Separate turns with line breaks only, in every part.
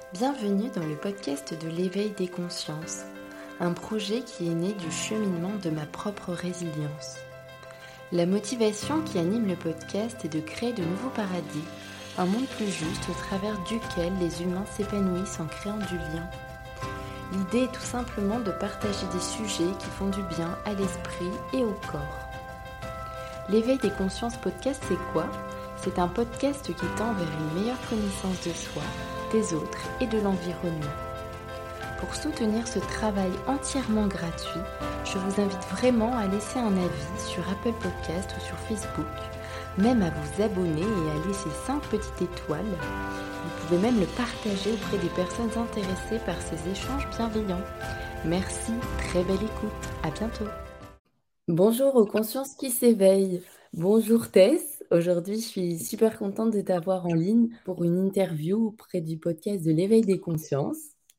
Bienvenue dans le podcast de l'éveil des consciences, un projet qui est né du cheminement de ma propre résilience. La motivation qui anime le podcast est de créer de nouveaux paradis, un monde plus juste au travers duquel les humains s'épanouissent en créant du lien. L'idée est tout simplement de partager des sujets qui font du bien à l'esprit et au corps. L'éveil des consciences podcast, c'est quoi ? C'est un podcast qui tend vers une meilleure connaissance de soi, des autres et de l'environnement. Pour soutenir ce travail entièrement gratuit, je vous invite vraiment à laisser un avis sur Apple Podcast ou sur Facebook, même à vous abonner et à laisser 5 petites étoiles. Vous pouvez même le partager auprès des personnes intéressées par ces échanges bienveillants. Merci, très belle écoute, à bientôt. Bonjour aux consciences qui s'éveillent. Bonjour Tess, aujourd'hui je suis super contente de t'avoir en ligne pour une interview auprès du podcast de l'éveil des consciences.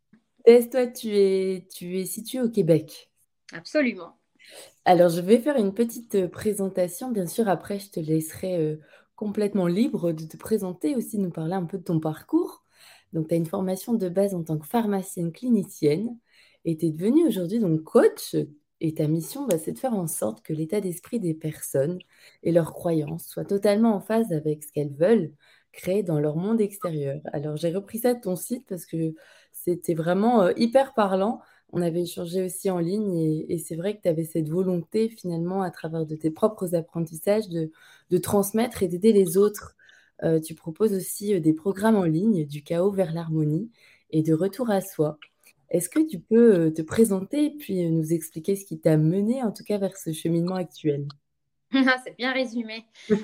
Tess, toi tu es située au Québec.
Absolument.
Alors je vais faire une petite présentation, bien sûr après je te laisserai complètement libre de te présenter, aussi nous parler un peu de ton parcours. Donc tu as une formation de base en tant que pharmacienne clinicienne et tu es devenue aujourd'hui donc coach. Et ta mission, c'est de faire en sorte que l'état d'esprit des personnes et leurs croyances soient totalement en phase avec ce qu'elles veulent créer dans leur monde extérieur. Alors, j'ai repris ça de ton site parce que c'était vraiment hyper parlant. On avait échangé aussi en ligne et c'est vrai que tu avais cette volonté finalement à travers de tes propres apprentissages de transmettre et d'aider les autres. Tu proposes aussi des programmes en ligne, du chaos vers l'harmonie et de retour à soi. Est-ce que tu peux te présenter et puis nous expliquer ce qui t'a mené en tout cas vers ce cheminement actuel?
C'est bien résumé.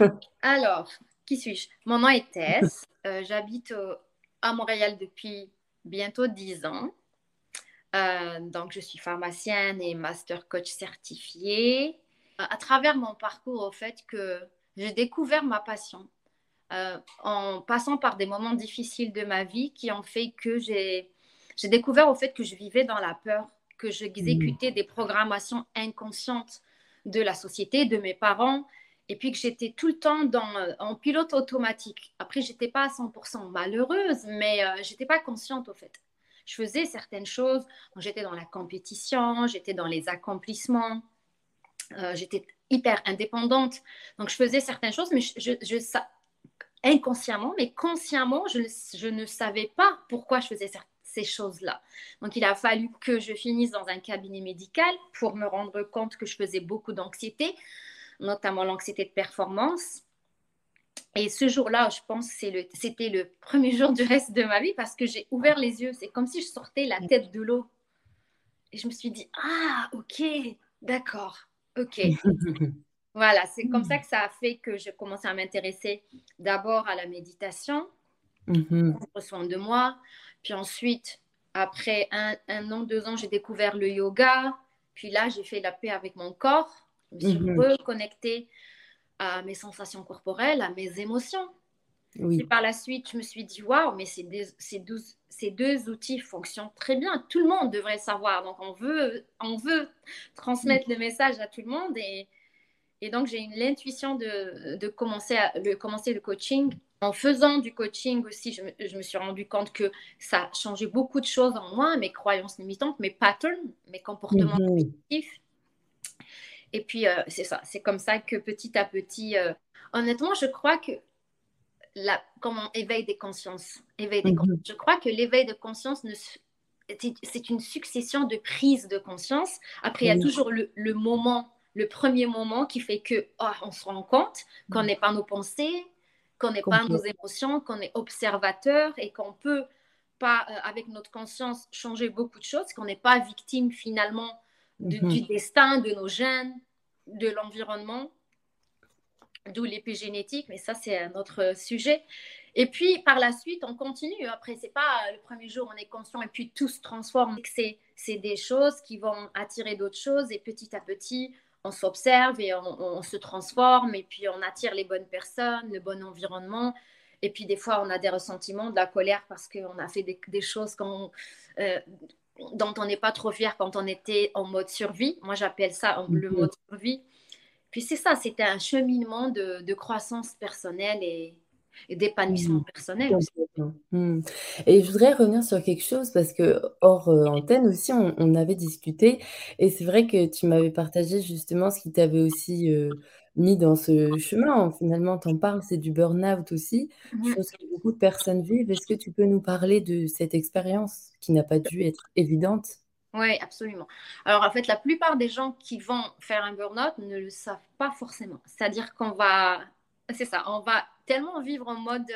Alors, qui suis-je? Mon nom est Tess. J'habite à Montréal depuis bientôt 10 ans. Donc, je suis pharmacienne et master coach certifiée. À travers mon parcours, au fait que j'ai découvert ma passion en passant par des moments difficiles de ma vie qui ont fait que j'ai découvert au fait que je vivais dans la peur, que
Mhm.
j'exécutais des programmations inconscientes de la société, de mes parents, et puis que j'étais tout le temps en pilote automatique. Après, j'étais pas à 100% malheureuse, mais j'étais pas consciente au fait. Je faisais certaines choses, j'étais dans la compétition, j'étais dans les accomplissements, j'étais hyper indépendante, donc je faisais certaines choses, mais inconsciemment, mais consciemment, je ne savais pas pourquoi je faisais ces choses-là. Donc, il a fallu que je finisse dans un cabinet médical pour me rendre compte que je faisais beaucoup d'anxiété, notamment l'anxiété de performance. Et ce jour-là, je pense que c'était le premier jour du reste de ma vie parce que j'ai ouvert les yeux. C'est comme si je sortais la tête de l'eau. Et je me suis dit, ah, ok, d'accord, ok. Voilà, c'est comme ça que ça a fait que je commençais à m'intéresser d'abord à la méditation,
Mhm.
prendre soin de moi. Puis ensuite, après un an, 2 ans, j'ai découvert le yoga. Puis là, j'ai fait la paix avec mon corps. Je me suis
Mhm.
reconnectée à mes sensations corporelles, à mes émotions. Puis
Oui.
par la suite, je me suis dit, waouh, mais ces deux outils fonctionnent très bien. Tout le monde devrait savoir. Donc, on veut transmettre le message à tout le monde. Et donc, j'ai eu l'intuition de commencer le coaching. En faisant du coaching aussi, je me suis rendu compte que ça changeait beaucoup de choses en moi, mes croyances limitantes, mes patterns, mes comportements
Mhm.
répétitifs. Et puis, c'est ça, c'est comme ça que petit à petit, honnêtement, je crois que comme on éveille des consciences,
Mhm.
je crois que l'éveil de conscience c'est une succession de prises de conscience. Après, il y a
Oui.
toujours le moment, le premier moment qui fait que on se rend compte qu'on n'est pas nos pensées, qu'on n'est pas nos
Complètement.
émotions, qu'on est observateur et qu'on peut pas, avec notre conscience, changer beaucoup de choses, qu'on n'est pas victime finalement du
Mhm.
destin, de nos gènes, de l'environnement, d'où l'épigénétique, mais ça, c'est un autre sujet. Et puis, par la suite, on continue. Après, c'est pas le premier jour, on est conscient et puis tout se transforme. C'est des choses qui vont attirer d'autres choses et petit à petit, on s'observe et on se transforme et puis on attire les bonnes personnes, le bon environnement. Et puis, des fois, on a des ressentiments, de la colère parce qu'on a fait des choses euh, dont on n'est pas trop fier quand on était en mode survie. Moi, j'appelle ça le
Mhm.
mode survie. Puis c'est ça, c'était un cheminement de croissance personnelle et et d'épanouissement
Mmh.
personnel aussi.
Complètement. Mmh. Et je voudrais revenir sur quelque chose parce que hors, antenne aussi, on avait discuté et c'est vrai que tu m'avais partagé justement ce qui t'avait aussi, mis dans ce chemin. Finalement, tu en parles, c'est du burn-out aussi,
Mhm.
chose que beaucoup de personnes vivent. Est-ce que tu peux nous parler de cette expérience qui n'a pas dû être évidente?
Oui, absolument. Alors, en fait, la plupart des gens qui vont faire un burn-out ne le savent pas forcément. C'est-à-dire c'est ça, on va tellement vivre en mode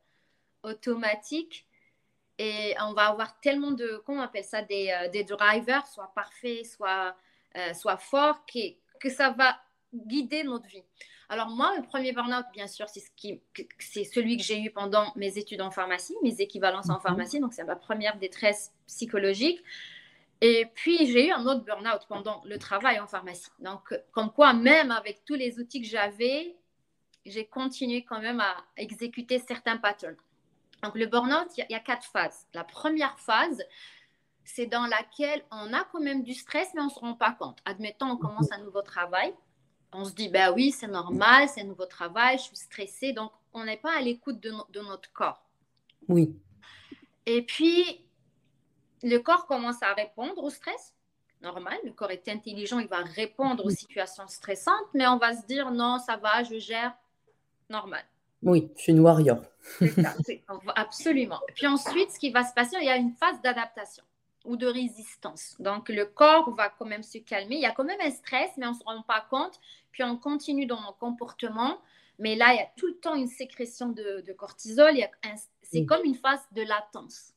automatique et on va avoir tellement comment on appelle ça, des drivers, soit parfaits, soit forts, que ça va guider notre vie. Alors moi, le premier burn-out, bien sûr, c'est celui que j'ai eu pendant mes études en pharmacie, mes équivalences en
Mmh.
pharmacie, donc c'est ma première détresse psychologique. Et puis, j'ai eu un autre burn-out pendant le travail en pharmacie. Donc, comme quoi, même avec tous les outils que j'avais, j'ai continué quand même à exécuter certains patterns. Donc, le burn-out, il y a 4 phases. La première phase, c'est dans laquelle on a quand même du stress, mais on ne se rend pas compte. Admettons, on
Mmh.
commence un nouveau travail. On se dit, ben oui, c'est normal, c'est un nouveau travail, je suis stressée. Donc, on n'est pas à l'écoute de notre corps.
Oui.
Et puis, le corps commence à répondre au stress. Normal, le corps est intelligent, il va répondre aux
Mmh.
situations stressantes, mais on va se dire, non, ça va, je gère. Normal.
Oui, je suis une warrior.
C'est ça, absolument. Puis ensuite, ce qui va se passer, il y a une phase d'adaptation ou de résistance. Donc, le corps va quand même se calmer. Il y a quand même un stress, mais on ne se rend pas compte. Puis, on continue dans nos comportements. Mais là, il y a tout le temps une sécrétion de cortisol. C'est
Oui.
comme une phase de latence.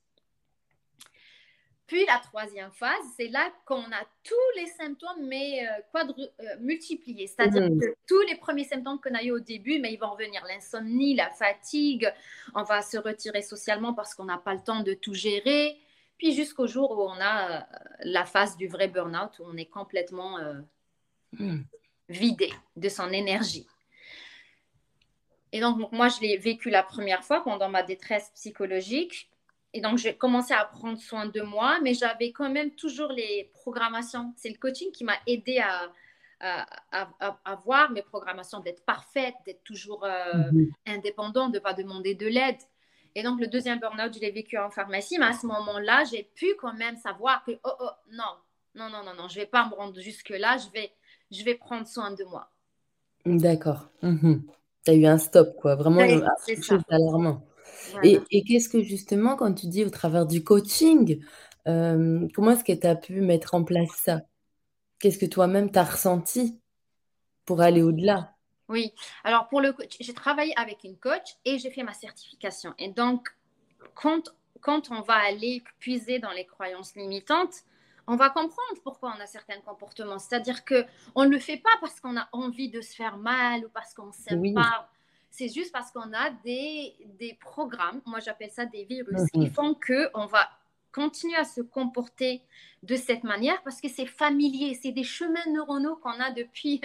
Puis, la troisième phase, c'est là qu'on a tous les symptômes, mais multipliés. C'est-à-dire
Mmh.
que tous les premiers symptômes qu'on a eu au début, mais ils vont revenir. L'insomnie, la fatigue, on va se retirer socialement parce qu'on n'a pas le temps de tout gérer. Puis jusqu'au jour où on a la phase du vrai burn-out, où on est complètement
Mmh.
vidé de son énergie. Et donc, moi, je l'ai vécu la première fois pendant ma détresse psychologique. Et donc, j'ai commencé à prendre soin de moi, mais j'avais quand même toujours les programmations. C'est le coaching qui m'a aidé à voir mes programmations, d'être parfaite, d'être toujours
Mmh.
indépendante, de ne pas demander de l'aide. Et donc, le deuxième burn-out, je l'ai vécu en pharmacie, mais à ce moment-là, j'ai pu quand même savoir que, oh, non, non, non, non, non, je ne vais pas me rendre jusque-là, je vais prendre soin de moi.
D'accord. Mmh. Tu as eu un stop, quoi, vraiment
Oui, c'est
quelque chose
ça.
d'alarmant.
Voilà.
Et qu'est-ce que justement, quand tu dis au travers du coaching, comment est-ce que tu as pu mettre en place ça? Qu'est-ce que toi-même tu as ressenti pour aller au-delà?
Oui, alors pour le coach, j'ai travaillé avec une coach et j'ai fait ma certification. Et donc, quand, quand on va aller puiser dans les croyances limitantes, on va comprendre pourquoi on a certains comportements. C'est-à-dire qu'on ne le fait pas parce qu'on a envie de se faire mal ou parce qu'on ne s'aime
Oui.
pas. C'est juste parce qu'on a des programmes, moi j'appelle ça des virus, qui
Mmh.
font qu'on va continuer à se comporter de cette manière parce que c'est familier, c'est des chemins neuronaux qu'on a depuis,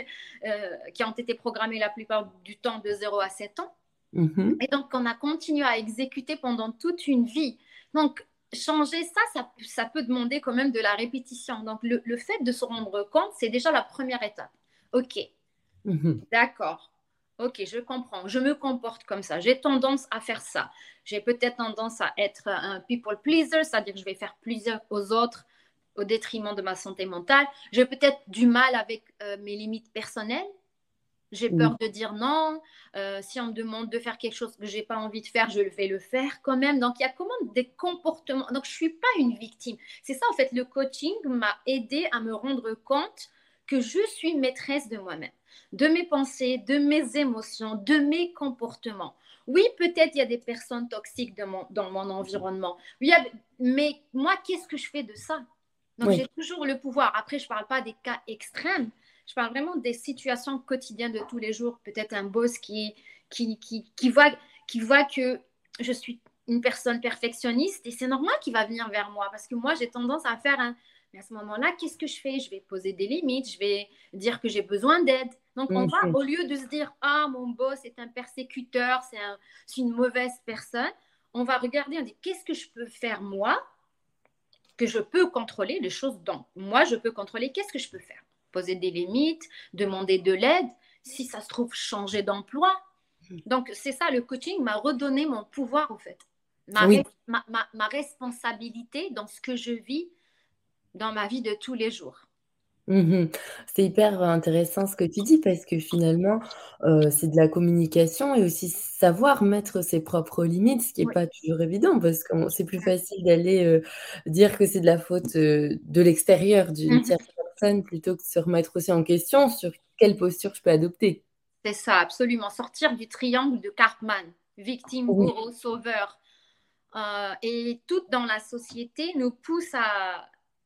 qui ont été programmés la plupart du temps de 0 à 7 ans.
Mmh.
Et donc, on a continué à exécuter pendant toute une vie. Donc, changer ça peut demander quand même de la répétition. Donc, le fait de se rendre compte, c'est déjà la première étape. OK,
Mmh.
d'accord. OK, je comprends. Je me comporte comme ça. J'ai tendance à faire ça. J'ai peut-être tendance à être un people pleaser, c'est-à-dire que je vais faire plaisir aux autres au détriment de ma santé mentale. J'ai peut-être du mal avec mes limites personnelles. J'ai
Oui.
peur de dire non. Si on me demande de faire quelque chose que je n'ai pas envie de faire, je vais le faire quand même. Donc, il y a comment des comportements. Donc, je ne suis pas une victime. C'est ça, en fait, le coaching m'a aidé à me rendre compte que je suis maîtresse de moi-même, de mes pensées, de mes émotions, de mes comportements. Oui, peut-être il y a des personnes toxiques dans mon environnement. Oui, mais moi, qu'est-ce que je fais de ça? Donc, j'ai
Oui.
toujours le pouvoir. Après, je ne parle pas des cas extrêmes. Je parle vraiment des situations quotidiennes de tous les jours. Peut-être un boss qui voit que je suis une personne perfectionniste et c'est normal qu'il va venir vers moi parce que moi, j'ai tendance à faire un... Mais à ce moment-là, qu'est-ce que je fais? Je vais poser des limites, je vais dire que j'ai besoin d'aide. Donc, on va,
Mmh.
au lieu de se dire, ah, mon boss est un persécuteur, c'est une mauvaise personne, on va regarder, on dit, qu'est-ce que je peux faire moi, que je peux contrôler, les choses dont moi je peux contrôler, qu'est-ce que je peux faire? Poser des limites, demander de l'aide, si ça se trouve, changer d'emploi. Donc, c'est ça, le coaching m'a redonné mon pouvoir, en fait.
Oui.
Ma responsabilité dans ce que je vis dans ma vie de tous les jours.
Mmh. C'est hyper intéressant ce que tu dis parce que finalement, c'est de la communication et aussi savoir mettre ses propres limites, ce qui est
Oui.
pas toujours évident parce que c'est plus facile d'aller, dire que c'est de la faute, de l'extérieur, d'une
Mhm.
tierce personne plutôt que de se remettre aussi en question sur quelle posture je peux adopter.
C'est ça, absolument. Sortir du triangle de Karpman, victime,
Oui,
bourreau, sauveur. Et tout dans la société nous pousse à...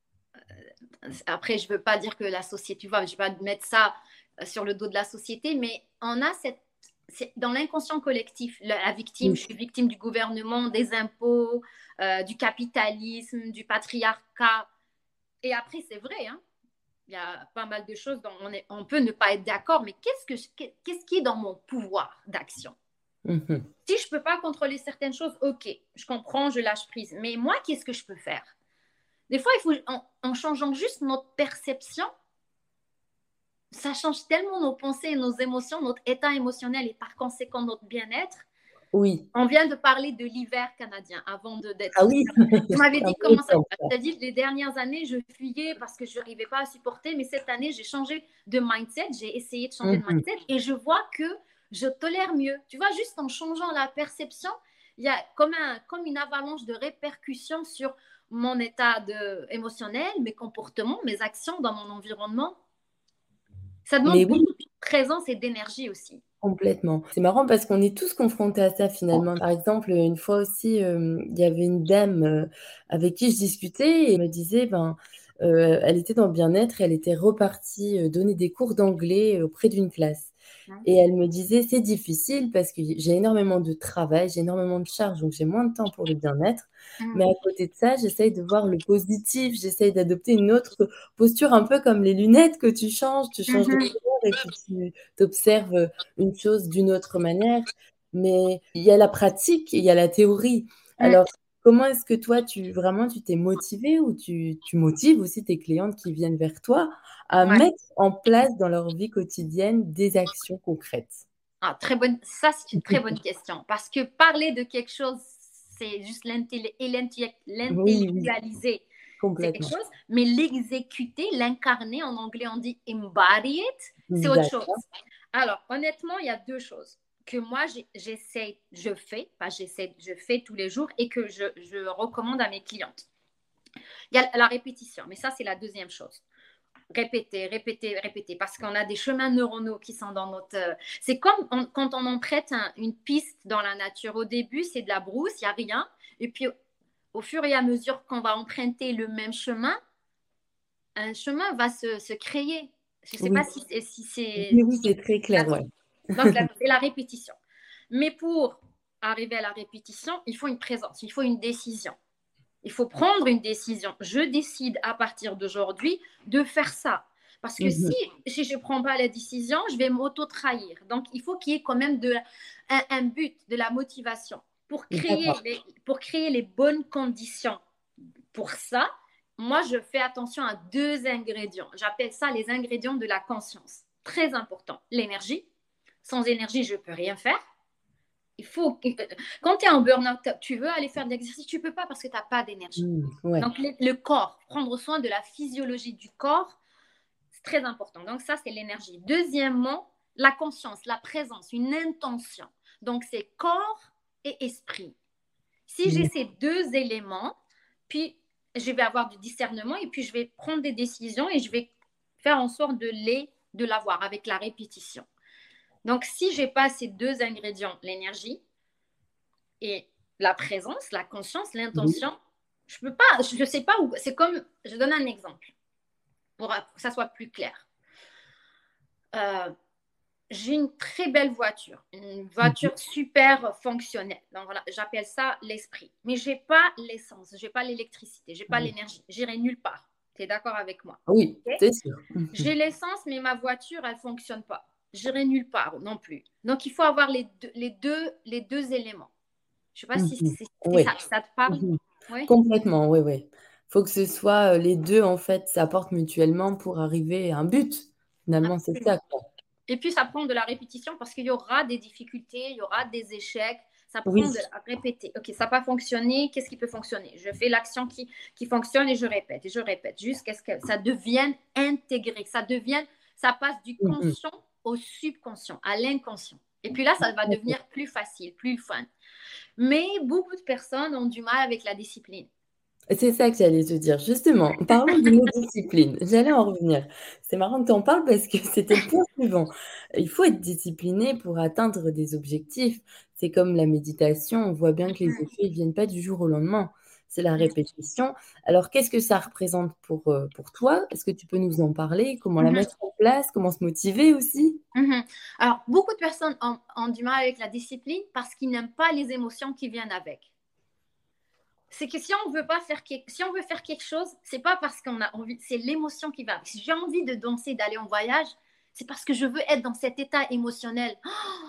Après, je ne veux pas dire que la société, tu vois, je ne vais pas mettre ça sur le dos de la société, mais on a cette... Dans l'inconscient collectif, la victime,
oui,
je suis victime du gouvernement, des impôts, du capitalisme, du patriarcat. Et après, c'est vrai, hein, il y a pas mal de choses dont on peut ne pas être d'accord, mais qu'est-ce qui est dans mon pouvoir d'action?
mmh,
Si je ne peux pas contrôler certaines choses, ok, je comprends, je lâche prise. Mais moi, qu'est-ce que je peux faire? Des fois, il faut, en changeant juste notre perception, ça change tellement nos pensées, nos émotions, notre état émotionnel et par conséquent notre bien-être.
oui.
On vient de parler de l'hiver canadien avant d'être
Ah
ici.
oui,
Tu m'avais
c'est
dit comment ça.
intéressant ça.
Tu as dit les dernières années, je fuyais parce que je n'arrivais pas à supporter, mais cette année, j'ai changé de mindset, j'ai essayé de changer de
Mmh.
mindset et je vois que je tolère mieux. Tu vois, juste en changeant la perception, il y a comme une avalanche de répercussions sur mon état émotionnel, mes comportements, mes actions dans mon environnement. Ça
Mais
demande
oui.
beaucoup de présence et d'énergie aussi.
Complètement. C'est marrant parce qu'on est tous confrontés à ça finalement. Par exemple, une fois aussi, il y avait une dame, avec qui je discutais et elle me disait, ben, elle était dans le bien-être et elle était repartie, donner des cours d'anglais auprès d'une classe et elle me disait: «C'est difficile parce que j'ai énormément de travail, j'ai énormément de charges, donc j'ai moins de temps pour le bien-être. Mais à côté de ça, j'essaye de voir le positif, j'essaye d'adopter une autre posture un peu comme les lunettes que tu changes de
Mhm.
couleur et puis tu observes, une chose d'une autre manière, mais il y a la pratique et il y a la théorie.
Mhm.
Alors, comment est-ce que toi, tu t'es motivée ou tu motives aussi tes clientes qui viennent vers toi à
Ouais.
mettre en place dans leur vie quotidienne des actions concrètes?
Ah, très bonne, ça, c'est une très bonne question. Parce que parler de quelque chose, c'est juste
Oui, oui,
l'intellectualiser. C'est quelque
complètement.
chose, mais l'exécuter, l'incarner, en anglais, on dit embody it, c'est autre chose.
D'accord.
Alors, honnêtement, il y a deux choses que moi, j'essaie, je fais, pas j'essaie, je fais tous les jours et que je recommande à mes clientes. Il y a la répétition, mais ça, c'est la deuxième chose. Répéter, répéter, répéter, parce qu'on a des chemins neuronaux qui sont dans notre... C'est comme quand on emprunte une piste dans la nature. Au début, c'est de la brousse, il n'y a rien. Et puis, au fur et à mesure qu'on va emprunter le même chemin, un chemin va se créer. Je ne sais pas
Oui.
si c'est...
Oui, oui, c'est très clair, ouais.
Donc, c'est la répétition. Mais pour arriver à la répétition, il faut une présence, il faut une décision. Il faut prendre une décision. Je décide à partir d'aujourd'hui de faire ça. Parce que
Mmh.
si je ne prends pas la décision, je vais m'auto-trahir. Donc, il faut qu'il y ait quand même un but, de la motivation.
D'accord.
Pour créer les bonnes conditions pour ça, moi, je fais attention à deux ingrédients. J'appelle ça les ingrédients de la conscience. Très important. L'énergie. Sans énergie, je ne peux rien faire. Il faut, quand tu es en burn-out, tu veux aller faire de l'exercice, tu ne peux pas parce que tu n'as pas d'énergie.
Ouais.
Donc, le corps, prendre soin de la physiologie du corps, c'est très important. Donc, ça, c'est l'énergie. Deuxièmement, la conscience, la présence, une intention. Donc, c'est corps et esprit. Si j'ai
Mmh.
ces deux éléments, puis je vais avoir du discernement et puis je vais prendre des décisions et je vais faire en sorte de l'avoir avec la répétition. Donc, si je n'ai pas ces deux ingrédients, l'énergie et la présence, la conscience,
Oui.
l'intention, je peux pas, je ne sais pas où. C'est comme, je donne un exemple pour que ça soit plus clair. Euh, j'ai une très belle voiture, une
Mmh.
voiture super fonctionnelle. Donc voilà, j'appelle ça l'esprit. Mais j'ai pas l'essence, j'ai pas l'électricité, j'ai pas
Oui.
l'énergie. J'irai nulle part. Tu es d'accord avec moi?
Oui,
Okay.
c'est sûr.
J'ai l'essence, mais ma voiture, elle fonctionne pas. J'irai nulle part non plus. Donc il faut avoir les deux éléments. Je sais pas si,
Mmh.
si
Oui.
ça te parle.
Mmh.
Oui.
Complètement, oui, oui. Faut que ce soit, les 2 en fait s'apportent mutuellement pour arriver à un but. Finalement, c'est
Absolument.
ça, quoi.
Et puis, ça prend de la répétition parce qu'il y aura des difficultés, il y aura des échecs. Ça prend
Oui.
de la répéter. OK, ça n'a pas fonctionné. Qu'est-ce qui peut fonctionner? Je fais l'action qui fonctionne et je répète jusqu'à ce que ça devienne intégré. Ça passe du
Mhm.
conscient au subconscient, à l'inconscient. Et puis là, ça va devenir plus facile, plus fun. Mais beaucoup de personnes ont du mal avec la discipline.
C'est ça que j'allais te dire. Justement, parlons du mot discipline. J'allais en revenir. C'est marrant que tu en parles parce que c'était le point suivant. Il faut être discipliné pour atteindre des objectifs. C'est comme la méditation. On voit bien que les effets ne viennent pas du jour au lendemain. C'est la répétition. Alors, qu'est-ce que ça représente pour toi? Est-ce que tu peux nous en parler? Comment la mettre en place? Comment se motiver aussi?
Alors, beaucoup de personnes ont du mal avec la discipline parce qu'ils n'aiment pas les émotions qui viennent avec. C'est que si on veut faire quelque chose, c'est pas parce qu'on a envie, c'est l'émotion qui va. Si j'ai envie de danser, d'aller en voyage, c'est parce que je veux être dans cet état émotionnel.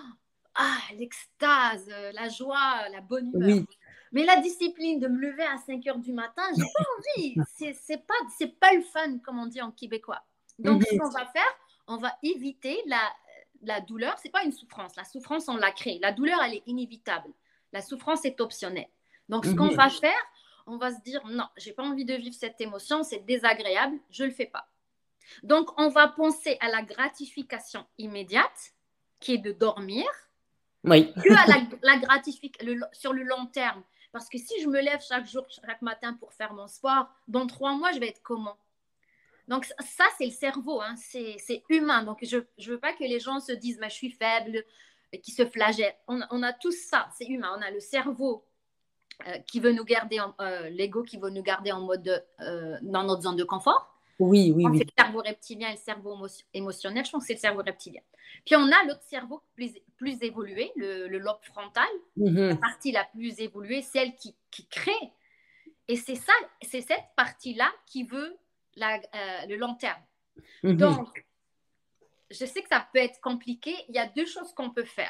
L'extase, la joie, la bonne humeur.
Oui.
Mais la discipline de me lever à 5 heures du matin, j'ai pas envie. C'est pas le fun, comme on dit en québécois. Donc, ce qu'on va faire, on va éviter la douleur. C'est pas une souffrance. La souffrance, on l'a créée. La douleur, elle est inévitable. La souffrance est optionnelle. Donc, ce qu'on va faire, on va se dire, non, j'ai pas envie de vivre cette émotion, c'est désagréable, je le fais pas. Donc, on va penser à la gratification immédiate, qui est de dormir,
Oui.
que à la gratification sur le long terme. Parce que si je me lève chaque jour, chaque matin pour faire mon sport, dans 3 mois, je vais être comment? Donc, ça, c'est le cerveau, hein, c'est humain. Donc, je ne veux pas que les gens se disent, mais je suis faible, qui se flagellent. On a tous ça, c'est humain. On a le cerveau qui veut nous garder, l'ego qui veut nous garder en mode dans notre zone de confort.
Oui, oui,
C'est
oui.
le cerveau reptilien et le cerveau émotionnel. Je pense que c'est le cerveau reptilien. Puis on a l'autre cerveau plus évolué, le lobe frontal, la partie la plus évoluée, celle qui crée. Et c'est cette partie-là qui veut le long terme. Donc, je sais que ça peut être compliqué. Il y a 2 choses qu'on peut faire.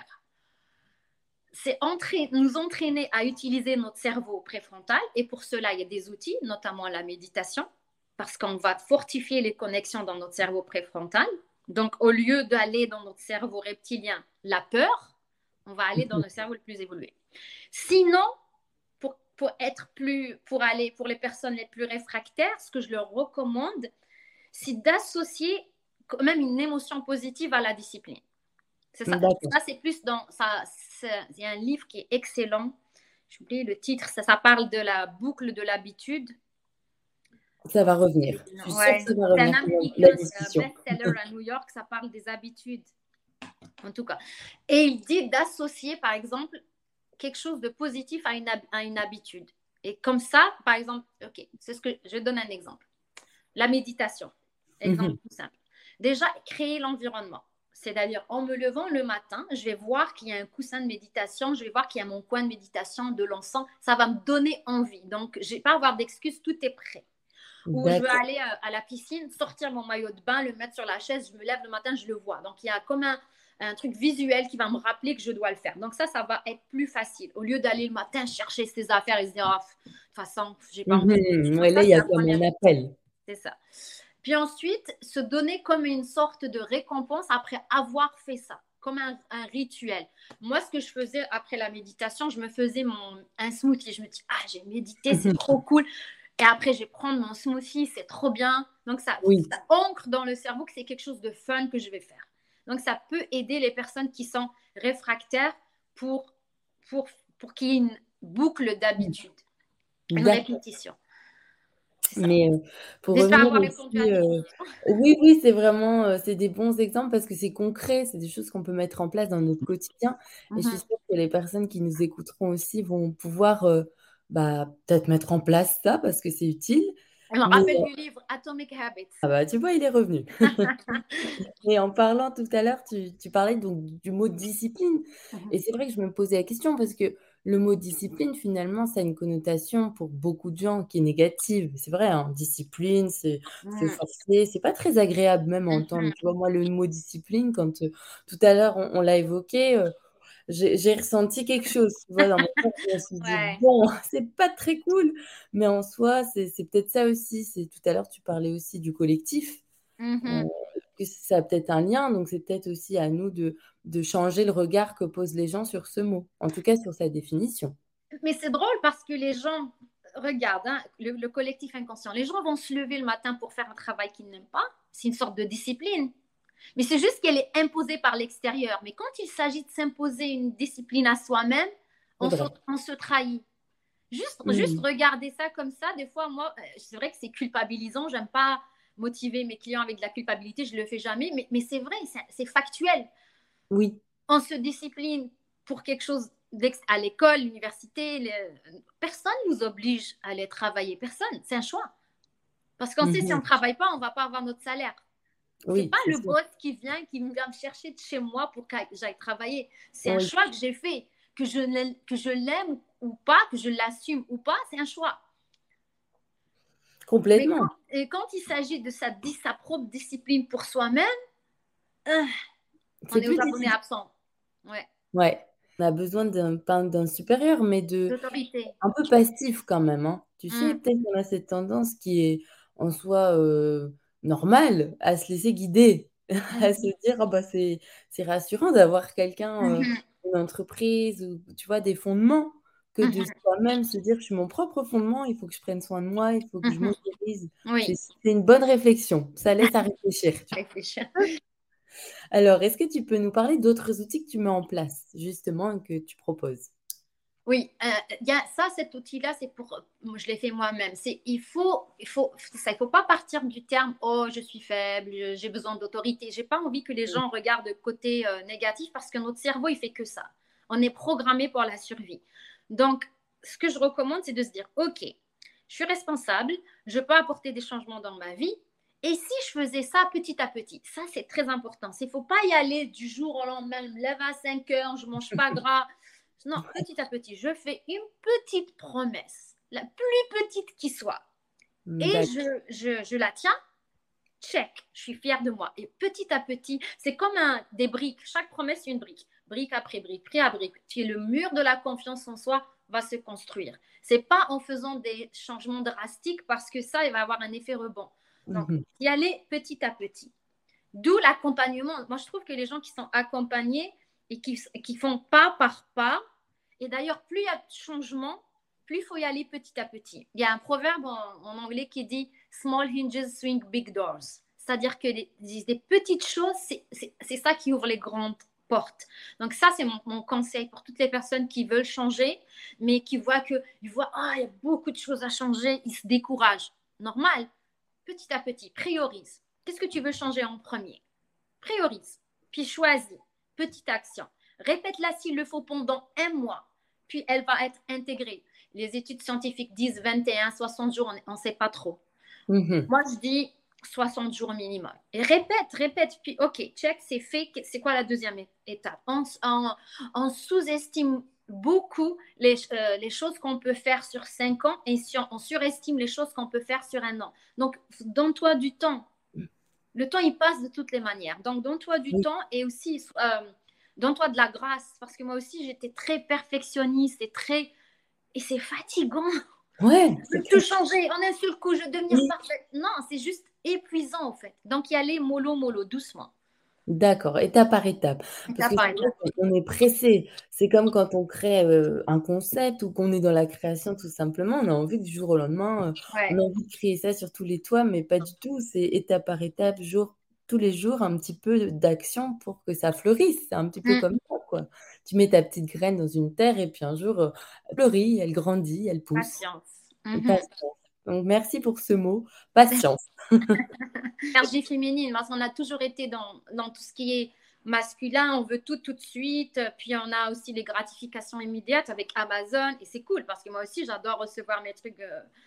C'est nous entraîner à utiliser notre cerveau préfrontal. Et pour cela, il y a des outils, notamment la méditation, parce qu'on va fortifier les connexions dans notre cerveau préfrontal. Donc, au lieu d'aller dans notre cerveau reptilien, la peur, on va aller dans le cerveau le plus évolué. Sinon, pour les personnes les plus réfractaires, ce que je leur recommande, c'est d'associer quand même une émotion positive à la discipline. C'est ça. Ça, c'est plus dans ça. Il y a un livre qui est excellent. J'ai oublié le titre. Ça parle de la boucle de l'habitude.
Ça va revenir. Je suis sûre que ça va
C'est
revenir
un
pendant
Américain,
la
c'est un
discussion.
best-seller à New York. Ça parle des habitudes, en tout cas. Et il dit d'associer, par exemple, quelque chose de positif à une habitude. Et comme ça, par exemple, OK, je donne un exemple. La méditation, exemple tout simple. Déjà, créer l'environnement. C'est-à-dire, en me levant le matin, je vais voir qu'il y a un coussin de méditation, je vais voir qu'il y a mon coin de méditation, de l'encens. Ça va me donner envie. Donc, je ne vais pas avoir d'excuses, tout est prêt. Ou je veux aller à la piscine, sortir mon maillot de bain, le mettre sur la chaise, je me lève le matin, je le vois. Donc, il y a comme un truc visuel qui va me rappeler que je dois le faire. Donc, ça va être plus facile. Au lieu d'aller le matin chercher ses affaires et se dire, de toute façon, j'ai pas envie.
Ouais, là, il y a comme un appel.
C'est ça. Puis ensuite, se donner comme une sorte de récompense après avoir fait ça, comme un rituel. Moi, ce que je faisais après la méditation, je me faisais un smoothie. Je me dis, j'ai médité, c'est trop cool. Et après, je vais prendre mon smoothie, c'est trop bien. Donc, ça ancre dans le cerveau que c'est quelque chose de fun que je vais faire. Donc, ça peut aider les personnes qui sont réfractaires pour qu'il y ait une boucle d'habitude, une répétition.
Mais pour revenir aussi, oui, c'est vraiment, c'est des bons exemples parce que c'est concret, c'est des choses qu'on peut mettre en place dans notre quotidien. Et je suis sûre que les personnes qui nous écouteront aussi vont pouvoir, peut-être mettre en place ça parce que c'est utile.
Je me rappelle du livre Atomic Habits.
Ah bah, tu vois, il est revenu. Et en parlant tout à l'heure, tu parlais donc du mot discipline. Et c'est vrai que je me posais la question parce que le mot discipline, finalement, ça a une connotation pour beaucoup de gens qui est négative. C'est vrai, hein, discipline, c'est forcé, c'est pas très agréable même à entendre. Tu vois, moi, le mot discipline, quand tout à l'heure on l'a évoqué, j'ai ressenti quelque chose, tu vois, dans mon corps. Je me suis dit: «Bon, c'est pas très cool», mais en soi, c'est peut-être ça aussi. Tout à l'heure, tu parlais aussi du collectif. que ça a peut-être un lien, donc c'est peut-être aussi à nous de changer le regard que posent les gens sur ce mot, en tout cas sur sa définition.
Mais c'est drôle parce que les gens, regardent, hein, le collectif inconscient, les gens vont se lever le matin pour faire un travail qu'ils n'aiment pas. C'est une sorte de discipline. Mais c'est juste qu'elle est imposée par l'extérieur. Mais quand il s'agit de s'imposer une discipline à soi-même,
C'est vrai.
on se trahit. Juste
Mmh.
regarder ça comme ça, des fois, moi, c'est vrai que c'est culpabilisant. J'aime pas motiver mes clients avec de la culpabilité, je le fais jamais, mais c'est vrai, c'est factuel.
Oui.
On se discipline pour quelque chose à l'école, l'université. Personne ne nous oblige à aller travailler. Personne. C'est un choix. Parce qu'on sait si on
Mmh.
ne travaille pas, on ne va pas avoir notre salaire. C'est
Oui,
pas
c'est
le
sûr.
boss qui vient me chercher de chez moi pour que j'aille travailler. C'est un
Oui,
choix que j'ai fait. Que je l'aime ou pas, que je l'assume ou pas, c'est un choix. Mais
complètement.
quand il s'agit de sa propre discipline pour soi-même, euh, on
C'est
est aux
plus
abonnés
difficile.
absents. Ouais.
Ouais, on a besoin pas d'un supérieur, mais
L'autorité.
un peu passif quand même, hein. Tu sais,
Mm.
peut-être qu'on a cette tendance qui est en soi, normale, à se laisser guider, à se
Mm.
dire: «Ah bah, c'est rassurant d'avoir quelqu'un,
Mhm.
une entreprise ou tu vois, des fondements», que de
Mhm.
soi-même se dire: «Je suis mon propre fondement, il faut que je prenne soin de moi, il faut que je
Mhm.
m'autorise».
Oui.
C'est une bonne réflexion, ça laisse à réfléchir, tu vois?
Réfléchir.
Alors, est-ce que tu peux nous parler d'autres outils que tu mets en place, justement, et que tu proposes?
Oui, y a ça, cet outil-là, c'est pour, moi, je l'ai fait moi-même. Il faut pas partir du terme, oh, je suis faible, j'ai besoin d'autorité. J'ai pas envie que les
Mmh.
gens regardent le côté négatif parce que notre cerveau, il fait que ça. On est programmé pour la survie. Donc, ce que je recommande, c'est de se dire, OK, je suis responsable, je peux apporter des changements dans ma vie. Et si je faisais ça petit à petit, ça c'est très important. Il ne faut pas y aller du jour au lendemain, je me lève à 5 heures, je ne mange pas gras. Non, petit à petit, je fais une petite promesse, la plus petite qui soit. Et
D'acc
je la tiens, check, je suis fière de moi. Et petit à petit, c'est comme des briques. Chaque promesse, c'est une brique. Brique après brique, brique après brique. Puis le mur de la confiance en soi va se construire. C'est pas en faisant des changements drastiques parce que ça, il va avoir un effet rebond. Donc,
Mmh.
y aller petit à petit. D'où l'accompagnement. Moi, je trouve que les gens qui sont accompagnés et qui font pas par pas, et d'ailleurs, plus il y a de changements, plus il faut y aller petit à petit. Il y a un proverbe en anglais qui dit Small hinges swing big doors. C'est-à-dire que des petites choses, c'est ça qui ouvre les grandes portes. Donc ça, c'est mon conseil pour toutes les personnes qui veulent changer, mais qui voient il y a beaucoup de choses à changer, ils se découragent. Normal, petit à petit, priorise. Qu'est-ce que tu veux changer en premier? Priorise, puis choisis. Petite action. Répète-la s'il le faut pendant un mois, puis elle va être intégrée. Les études scientifiques disent 21, 60 jours, on ne sait pas trop.
Mmh.
Moi, je dis 60 jours minimum. Et répète, répète, puis OK, check, c'est fait. C'est quoi la deuxième étape? On sous-estime beaucoup les choses qu'on peut faire sur 5 ans et on surestime les choses qu'on peut faire sur un an. Donc, donne-toi du temps. Le temps, il passe de toutes les manières. Donc, donne-toi du
Oui.
temps et aussi donne-toi de la grâce. Parce que moi aussi, j'étais très perfectionniste et c'est fatigant.
Ouais,
Je
c'est
veux tout
clair.
changer en un seul coup, je veux devenir
Oui.
parfaite. Non, c'est juste épuisant en fait. Donc, y aller mollo, mollo, doucement.
D'accord, étape par étape. Parce que
Étape par
c'est vrai
étape.
qu'on est pressé. C'est comme quand on crée, un concept ou qu'on est dans la création tout simplement, on a envie du jour au lendemain, on
Ouais.
a envie de créer ça sur tous les toits, mais pas du tout. C'est étape par étape, tous les jours, un petit peu d'action pour que ça fleurisse. C'est un petit peu
Mm.
comme ça, quoi. Tu mets ta petite graine dans une terre et puis un jour, elle fleurit, elle grandit, elle pousse.
Patience. Mhm.
Patience. Donc merci pour ce mot, patience.
Énergie féminine, parce qu'on a toujours été dans tout ce qui est masculin, on veut tout de suite, puis on a aussi les gratifications immédiates avec Amazon, et c'est cool parce que moi aussi j'adore recevoir mes trucs,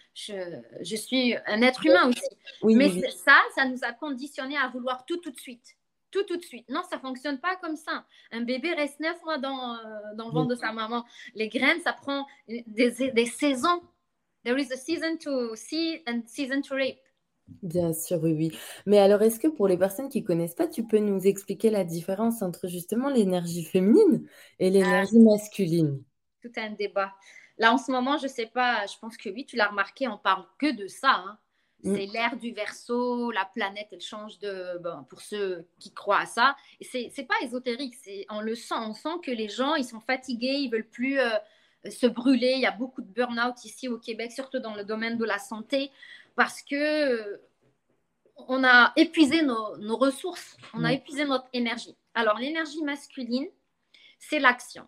je suis un être humain aussi,
Oui,
mais
oui, oui.
ça nous a conditionné à vouloir tout de suite. Tout de suite. Non, ça ne fonctionne pas comme ça. Un bébé reste 9 mois dans le ventre de sa maman. Les graines, ça prend des saisons. There is a season to see and season to rape.
Bien sûr, oui, oui. Mais alors, est-ce que pour les personnes qui connaissent pas, tu peux nous expliquer la différence entre justement l'énergie féminine et l'énergie masculine?
Tout un débat. Là, en ce moment, je sais pas, je pense que oui, tu l'as remarqué, on parle que de ça, hein. C'est l'ère du Verseau, la planète, elle change pour ceux qui croient à ça. Et c'est pas ésotérique, on le sent, on sent que les gens, ils sont fatigués, ils veulent plus se brûler. Il y a beaucoup de burn-out ici au Québec, surtout dans le domaine de la santé, parce que on a épuisé nos ressources, on a épuisé notre énergie. Alors, l'énergie masculine, c'est l'action.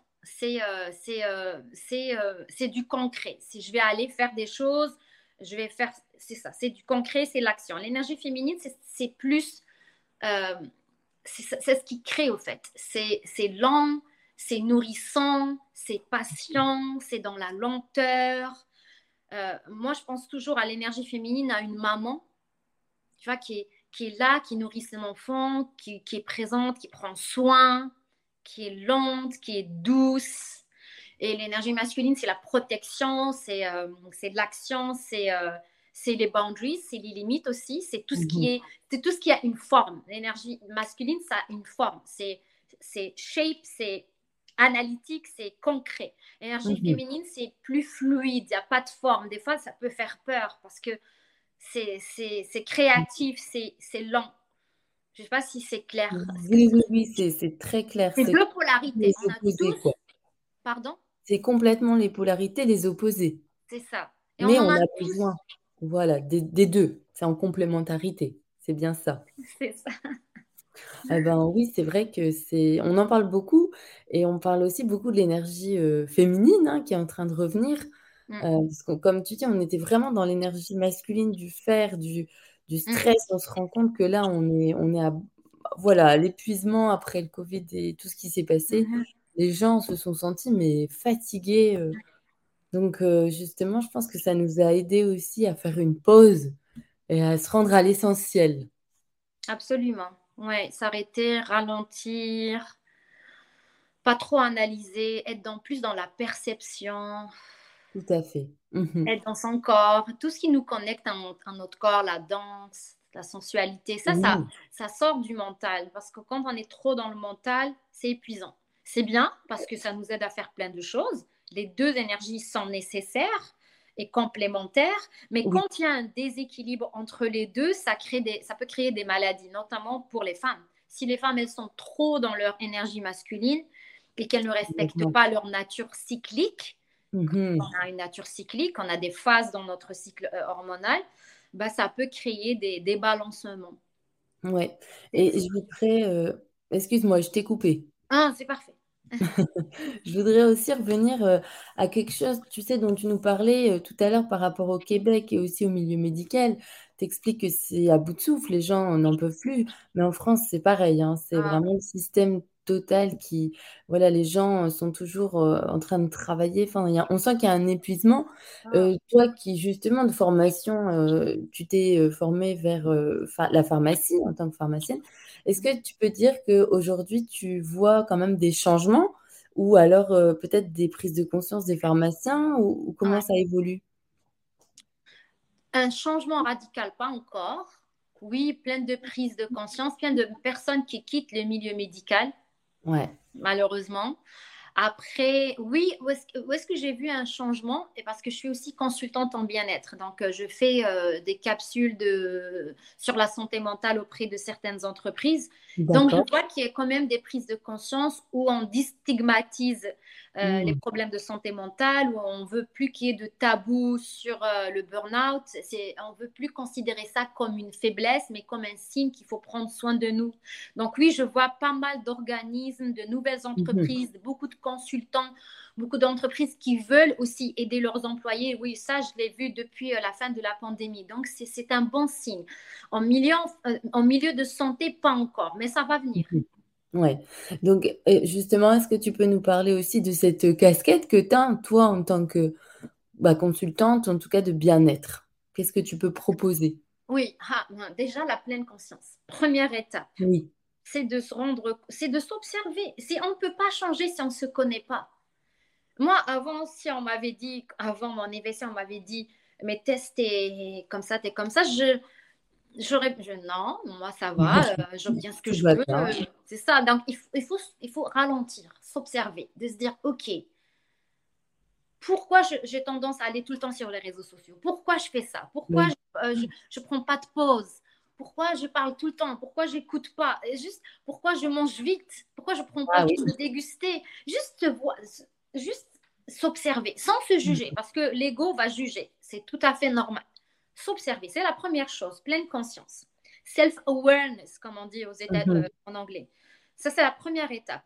C'est du concret. Si je vais aller faire des choses, je vais faire, c'est ça, c'est du concret, c'est l'action. L'énergie féminine, c'est plus, c'est ce qui crée au fait. C'est lent, c'est nourrissant, c'est patient, c'est dans la lenteur. Moi, je pense toujours à l'énergie féminine, à une maman, tu vois, qui est là, qui nourrit son enfant, qui est présente, qui prend soin, qui est lente, qui est douce. Et l'énergie masculine, c'est la protection, c'est de l'action, c'est les boundaries, c'est les limites aussi, c'est tout ce qui a une forme. L'énergie masculine, ça a une forme. C'est shape, c'est analytique, c'est concret. L'énergie féminine, c'est plus fluide, il n'y a pas de forme. Des fois, ça peut faire peur parce que c'est créatif, c'est lent. Je ne sais pas si c'est clair.
Oui, c'est très clair.
C'est deux polarités.
Les
On a
opposés,
tous.
quoi.
Pardon?
C'est complètement les polarités, les opposés.
C'est ça. Et on
Mais
en
on
a
a
tous.
besoin, voilà, des deux. C'est en complémentarité. C'est bien ça.
C'est ça.
Eh ben oui, c'est vrai que on en parle beaucoup et on parle aussi beaucoup de l'énergie féminine hein, qui est en train de revenir. Parce que comme tu dis, on était vraiment dans l'énergie masculine du faire, du stress. On se rend compte que là, on est voilà, à l'épuisement après le Covid et tout ce qui s'est passé. Les gens se sont sentis mais fatigués. Donc justement, je pense que ça nous a aidé aussi à faire une pause et à se rendre à l'essentiel.
Absolument. Ouais, s'arrêter, ralentir, pas trop analyser, être plus dans la perception,
Tout à fait. Mhm.
être dans son corps, tout ce qui nous connecte à notre corps, la danse, la sensualité.
Oui.
Ça sort du mental parce que quand on est trop dans le mental, c'est épuisant. C'est bien parce que ça nous aide à faire plein de choses. Les deux énergies sont nécessaires et complémentaires, mais
Oui.
quand il y a un déséquilibre entre les deux, ça peut créer des maladies, notamment pour les femmes. Si les femmes, elles sont trop dans leur énergie masculine et qu'elles ne respectent pas leur nature cyclique,
Mhm.
on a une nature cyclique, on a des phases dans notre cycle hormonal, bah, ça peut créer des débalancements.
Ouais. Et je voudrais, excuse-moi, je t'ai coupé.
Ah, c'est parfait.
Je voudrais aussi revenir à quelque chose, tu sais, dont tu nous parlais tout à l'heure par rapport au Québec et aussi au milieu médical. Tu expliques que c'est à bout de souffle, les gens n'en peuvent plus. Mais en France, c'est pareil, hein, c'est
Ah,
vraiment le système total qui, voilà, les gens sont toujours en train de travailler. Enfin, on sent qu'il y a un épuisement.
ah.
Toi qui, justement, de formation, tu t'es formée vers la pharmacie en tant que pharmacienne. Est-ce que tu peux dire qu'aujourd'hui, tu vois quand même des changements ou alors peut-être des prises de conscience des pharmaciens ou comment
Ouais.
ça évolue?
Un changement radical, pas encore. Oui, plein de prises de conscience, plein de personnes qui quittent le milieu médical,
Ouais.
malheureusement. Après, oui, où est-ce que j'ai vu un changement? Et parce que je suis aussi consultante en bien-être. Donc, je fais des capsules sur la santé mentale auprès de certaines entreprises. Donc, je
D'accord.
vois qu'il y a quand même des prises de conscience où on déstigmatise les
Mmh.
problèmes de santé mentale, où on veut plus qu'il y ait de tabou sur le burn-out. On veut plus considérer ça comme une faiblesse, mais comme un signe qu'il faut prendre soin de nous. Donc oui, je vois pas mal d'organismes, de nouvelles
Mmh.
entreprises, beaucoup de consultants, beaucoup d'entreprises qui veulent aussi aider leurs employés. Oui, ça, je l'ai vu depuis la fin de la pandémie. Donc, c'est un bon signe. En milieu de santé, pas encore, mais ça va venir.
Mmh. Ouais. Donc justement, est-ce que tu peux nous parler aussi de cette casquette que tu as, toi, en tant que, bah, consultante, en tout cas de bien-être? Qu'est-ce que tu peux proposer?
Oui, déjà la pleine conscience. Première étape,
Oui.
c'est de s'observer. On ne peut pas changer si on ne se connaît pas. Moi, avant, si on m'avait dit, avant mon évasion, on m'avait dit, mais test, t'es comme ça, t'es comme ça, non, moi ça va, j'obtiens ce que
Tout
je
va
veux,
bien.
c'est ça. Donc il faut ralentir, s'observer, de se dire, ok, pourquoi j'ai tendance à aller tout le temps sur les réseaux sociaux? Pourquoi je fais ça? Pourquoi
Oui.
je prends pas de pause? Pourquoi je parle tout le temps? Pourquoi j'écoute pas? Et juste pourquoi je mange vite? Pourquoi je prends pas
Ah
le
oui.
temps de déguster? Juste s'observer sans se juger parce que l'ego va juger. C'est tout à fait normal. S'observer, c'est la première chose, pleine conscience. Self-awareness, comme on dit en anglais. Ça, c'est la première étape.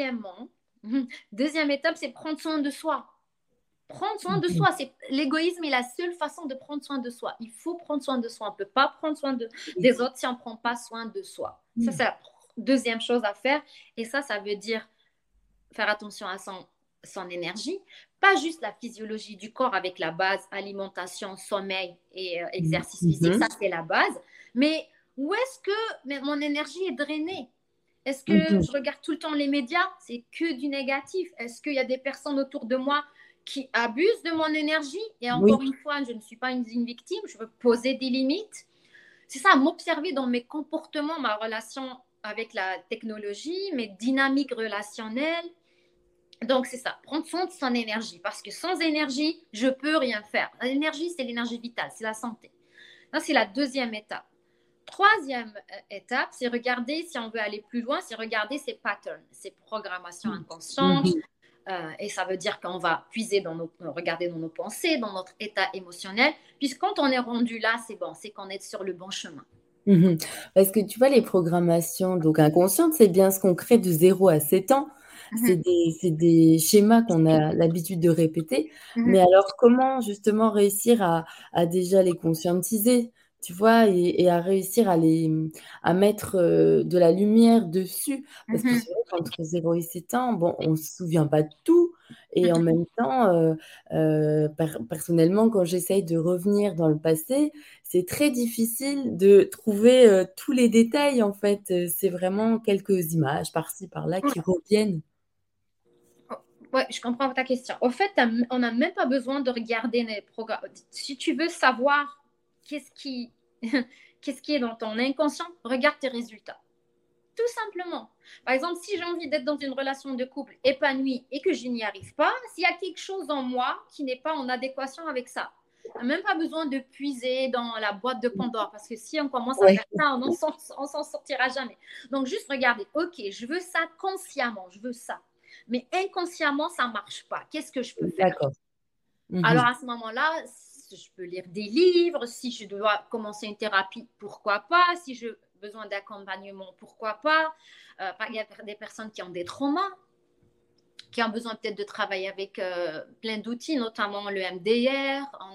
Deuxième étape, c'est prendre soin de soi. Prendre soin de soi, l'égoïsme est la seule façon de prendre soin de soi. Il faut prendre soin de soi. On ne peut pas prendre soin des autres si on ne prend pas soin de soi. Ça, c'est la deuxième chose à faire. Et ça veut dire faire attention à son énergie, pas juste la physiologie du corps avec la base alimentation, sommeil et exercice physique, ça c'est la base, mais où est-ce que mon énergie est drainée? Est-ce que je regarde tout le temps les médias? C'est que du négatif. Est-ce qu'il y a des personnes autour de moi qui abusent de mon énergie? Et encore une fois, je ne suis pas une victime, je veux poser des limites. C'est ça, m'observer dans mes comportements, ma relation avec la technologie, mes dynamiques relationnelles. Donc, c'est ça, prendre soin de son énergie. Parce que sans énergie, je ne peux rien faire. L'énergie, c'est l'énergie vitale, c'est la santé. Ça, c'est la deuxième étape. Troisième étape, c'est regarder, si on veut aller plus loin, c'est regarder ces patterns, ces programmations inconscientes. Et ça veut dire qu'on va puiser regarder dans nos pensées, dans notre état émotionnel. Puis quand on est rendu là, c'est bon, c'est qu'on est sur le bon chemin.
Parce que tu vois, les programmations donc inconscientes, c'est bien ce qu'on crée de 0 à 7 ans. C'est des schémas qu'on a l'habitude de répéter. Mais alors, comment justement réussir à déjà les conscientiser, tu vois, et à réussir à mettre de la lumière dessus? Parce que c'est vrai qu'entre 0 et 7 ans, bon, on ne se souvient pas de tout. Et en même temps, personnellement, quand j'essaye de revenir dans le passé, c'est très difficile de trouver tous les détails, en fait. C'est vraiment quelques images par-ci, par-là qui reviennent.
Ouais, je comprends ta question. Au fait, on n'a même pas besoin de regarder les programmes. Si tu veux savoir qu'est-ce qui est dans ton inconscient, regarde tes résultats. Tout simplement. Par exemple, si j'ai envie d'être dans une relation de couple épanouie et que je n'y arrive pas, s'il y a quelque chose en moi qui n'est pas en adéquation avec ça, on n'a même pas besoin de puiser dans la boîte de Pandore parce que si on commence à faire ça, on s'en sortira jamais. Donc, juste regarder, ok, je veux ça consciemment, je veux ça. Mais inconsciemment, ça ne marche pas. Qu'est-ce que je peux faire?
D'accord.
Alors, à ce moment-là, je peux lire des livres. Si je dois commencer une thérapie, pourquoi pas? Si j'ai besoin d'accompagnement, pourquoi pas? Il y a des personnes qui ont des traumas, qui ont besoin peut-être de travailler avec plein d'outils, notamment le MDR. On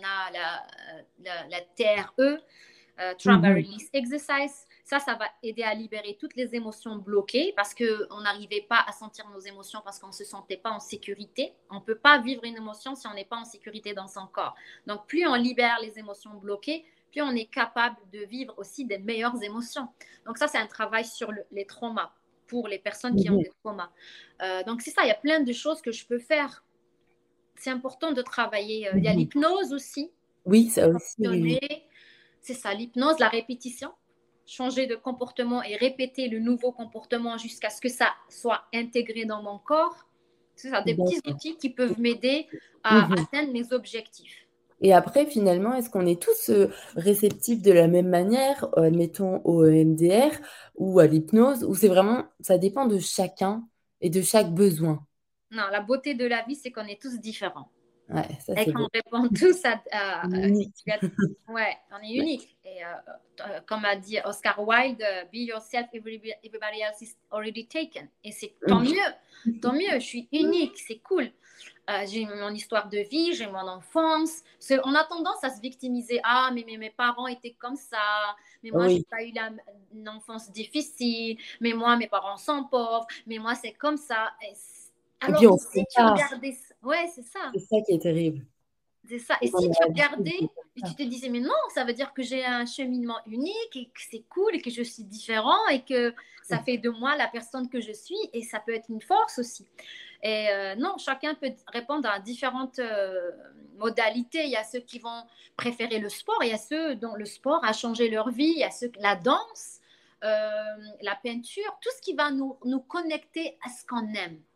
a la TRE, Trauma Release Exercise. Ça va aider à libérer toutes les émotions bloquées parce qu'on n'arrivait pas à sentir nos émotions parce qu'on ne se sentait pas en sécurité. On ne peut pas vivre une émotion si on n'est pas en sécurité dans son corps. Donc, plus on libère les émotions bloquées, plus on est capable de vivre aussi des meilleures émotions. Donc, ça, c'est un travail sur les traumas pour les personnes qui ont des traumas. Donc, c'est ça, il y a plein de choses que je peux faire. C'est important de travailler. Il y a l'hypnose aussi.
Oui, ça aussi. Oui.
C'est ça, l'hypnose, la répétition. Changer de comportement et répéter le nouveau comportement jusqu'à ce que ça soit intégré dans mon corps. C'est ça, des petits outils qui peuvent m'aider à atteindre mes objectifs.
Et après, finalement, est-ce qu'on est tous réceptifs de la même manière, admettons au MDR ou à l'hypnose, ou c'est vraiment, ça dépend de chacun et de chaque besoin?
Non, la beauté de la vie, c'est qu'on est tous différents.
Ouais, ça,
et
c'est
qu'on
beau.
répond tous
Unique.
ouais, on est unique. Et comme a dit Oscar Wilde, be yourself, everybody else is already taken. Et c'est tant mieux, je suis unique, c'est cool. J'ai mon histoire de vie, j'ai mon enfance. On a tendance à se victimiser. Ah, mais mes parents étaient comme ça. Mais moi, j'ai pas eu une enfance difficile. Mais moi, mes parents sont pauvres. Mais moi, c'est comme ça. Alors,
puis,
si tu regardais ça, ouais, c'est ça.
C'est ça qui est terrible.
C'est ça. Et si tu regardais et tu te disais, mais non, ça veut dire que j'ai un cheminement unique et que c'est cool et que je suis différent et que ça fait de moi la personne que je suis et ça peut être une force aussi. Et non, chacun peut répondre à différentes modalités. Il y a ceux qui vont préférer le sport, il y a ceux dont le sport a changé leur vie, il y a ceux la danse, la peinture, tout ce qui va nous connecter à ce qu'on aime.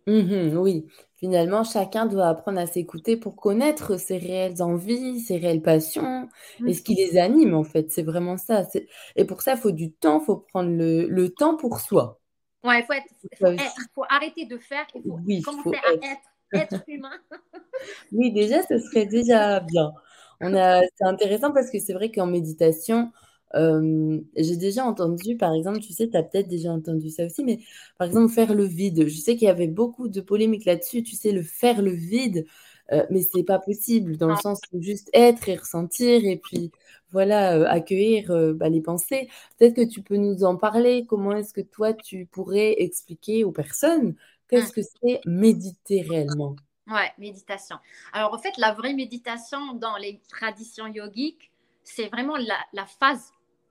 Oui, finalement, chacun doit apprendre à s'écouter pour connaître ses réelles envies, ses réelles passions et
Mm.
ce qui les anime, en fait. C'est vraiment ça. Et pour ça, il faut du temps, il faut prendre le temps pour soi.
Ouais, il faut
Ça
être,
aussi,
faut arrêter de faire, il faut
oui, il
commencer
faut
à
être.
être humain.
Oui, déjà, ce serait déjà bien. C'est intéressant parce que c'est vrai qu'en méditation, j'ai déjà entendu, par exemple, tu sais, tu as peut-être déjà entendu ça aussi, mais par exemple, faire le vide. Je sais qu'il y avait beaucoup de polémiques là-dessus, tu sais, le faire le vide, mais c'est pas possible dans le
Non.
sens où juste être et ressentir et puis voilà, accueillir les pensées. Peut-être que tu peux nous en parler. Comment est-ce que toi, tu pourrais expliquer aux personnes
Mm.
qu'est-ce que c'est méditer réellement?
Ouais, méditation. Alors, en fait, la vraie méditation dans les traditions yogiques, c'est vraiment la phase